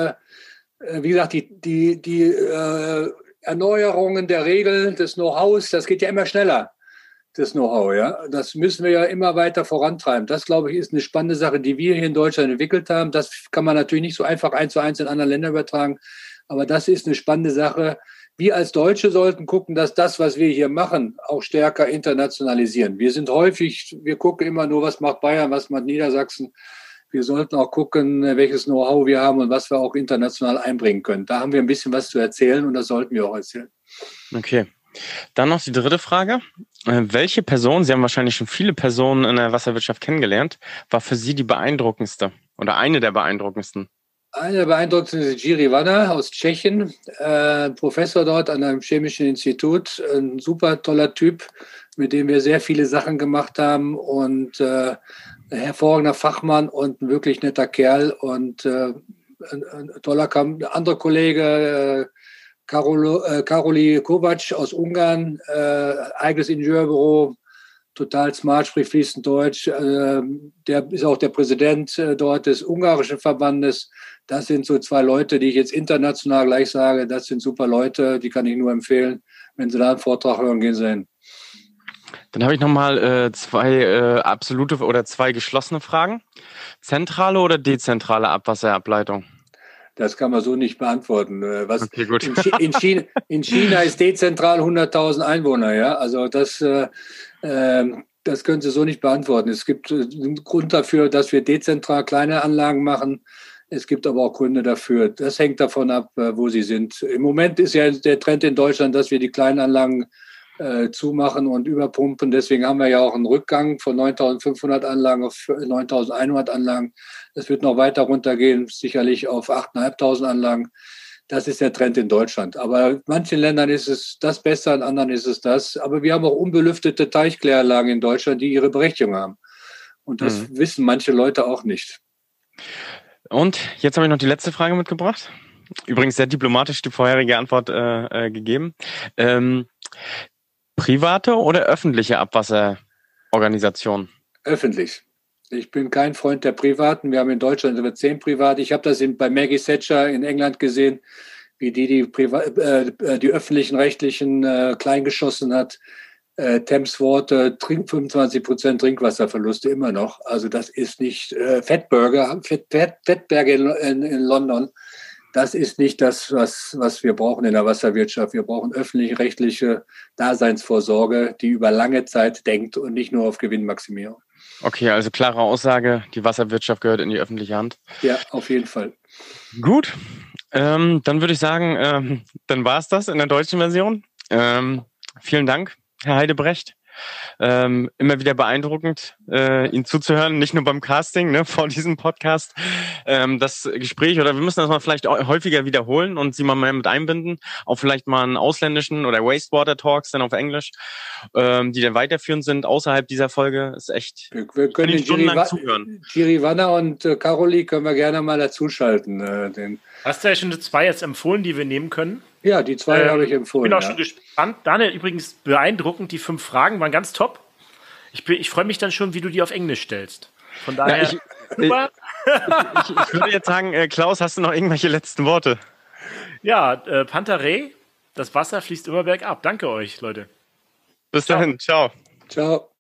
wie gesagt, die Erneuerungen der Regeln, des Know-hows, das geht ja immer schneller, das Know-how, ja. Das müssen wir ja immer weiter vorantreiben. Das, glaube ich, ist eine spannende Sache, die wir hier in Deutschland entwickelt haben. Das kann man natürlich nicht so einfach 1:1 in andere Länder übertragen, aber das ist eine spannende Sache. Wir als Deutsche sollten gucken, dass das, was wir hier machen, auch stärker internationalisieren. Wir gucken immer nur, was macht Bayern, was macht Niedersachsen. Wir sollten auch gucken, welches Know-how wir haben und was wir auch international einbringen können. Da haben wir ein bisschen was zu erzählen und das sollten wir auch erzählen. Okay. Dann noch die dritte Frage. Welche Person, Sie haben wahrscheinlich schon viele Personen in der Wasserwirtschaft kennengelernt, war für Sie die beeindruckendste oder eine der beeindruckendsten? Eine der beeindruckendsten ist Jiří Vana aus Tschechien, Professor dort an einem chemischen Institut, ein super toller Typ, mit dem wir sehr viele Sachen gemacht haben und ein hervorragender Fachmann und ein wirklich netter Kerl und ein toller anderer Kollege, Karoli Kovac aus Ungarn, eigenes Ingenieurbüro, total smart, spricht fließend Deutsch. Der ist auch der Präsident dort des ungarischen Verbandes. Das sind so 2 Leute, die ich jetzt international gleich sage. Das sind super Leute, die kann ich nur empfehlen. Wenn Sie da einen Vortrag hören, gehen Sie hin. Dann habe ich nochmal 2 absolute oder 2 geschlossene Fragen. Zentrale oder dezentrale Abwasserableitung? Das kann man so nicht beantworten. Okay, gut. In China ist dezentral 100.000 Einwohner. Ja? Also das können Sie so nicht beantworten. Es gibt einen Grund dafür, dass wir dezentral kleine Anlagen machen. Es gibt aber auch Gründe dafür. Das hängt davon ab, wo sie sind. Im Moment ist ja der Trend in Deutschland, dass wir die kleinen Anlagen zumachen und überpumpen. Deswegen haben wir ja auch einen Rückgang von 9.500 Anlagen auf 9.100 Anlagen. Das wird noch weiter runtergehen, sicherlich auf 8.500 Anlagen. Das ist der Trend in Deutschland. Aber in manchen Ländern ist es das besser, in anderen ist es das. Aber wir haben auch unbelüftete Teichkläranlagen in Deutschland, die ihre Berechtigung haben. Und das wissen manche Leute auch nicht. Und jetzt habe ich noch die letzte Frage mitgebracht. Übrigens sehr diplomatisch die vorherige Antwort gegeben. Private oder öffentliche Abwasserorganisationen? Öffentlich. Ich bin kein Freund der Privaten. Wir haben in Deutschland über 10 Private. Ich habe das bei Maggie Thatcher in England gesehen, wie die öffentlichen Rechtlichen kleingeschossen hat. Thames Water 25% Trinkwasserverluste immer noch. Also das ist nicht Fettberge in London. Das ist nicht das, was wir brauchen in der Wasserwirtschaft. Wir brauchen öffentlich-rechtliche Daseinsvorsorge, die über lange Zeit denkt und nicht nur auf Gewinnmaximierung. Okay, also klare Aussage, die Wasserwirtschaft gehört in die öffentliche Hand. Ja, auf jeden Fall. Gut, dann würde ich sagen, dann war es das in der deutschen Version. Vielen Dank, Herr Heidebrecht. Immer wieder beeindruckend, Ihnen zuzuhören, nicht nur beim Casting, ne, vor diesem Podcast. Das Gespräch, oder wir müssen das mal vielleicht häufiger wiederholen und Sie mal mehr mit einbinden, auch vielleicht mal einen ausländischen oder Wastewater Talks dann auf Englisch, die dann weiterführend sind außerhalb dieser Folge. Ist echt, wir können den zuhören. Giri Wanner und Caroli können wir gerne mal dazuschalten. Hast du ja schon 2 jetzt empfohlen, die wir nehmen können? Ja, die 2 habe ich empfohlen. Ich bin auch schon gespannt. Daniel, übrigens beeindruckend, die 5 Fragen waren ganz top. Ich freue mich dann schon, wie du die auf Englisch stellst. Von daher. Ja, ich würde jetzt sagen, Klaus, hast du noch irgendwelche letzten Worte? Ja, Pantarei, das Wasser fließt immer bergab. Danke euch, Leute. Bis dahin, ciao. Ciao.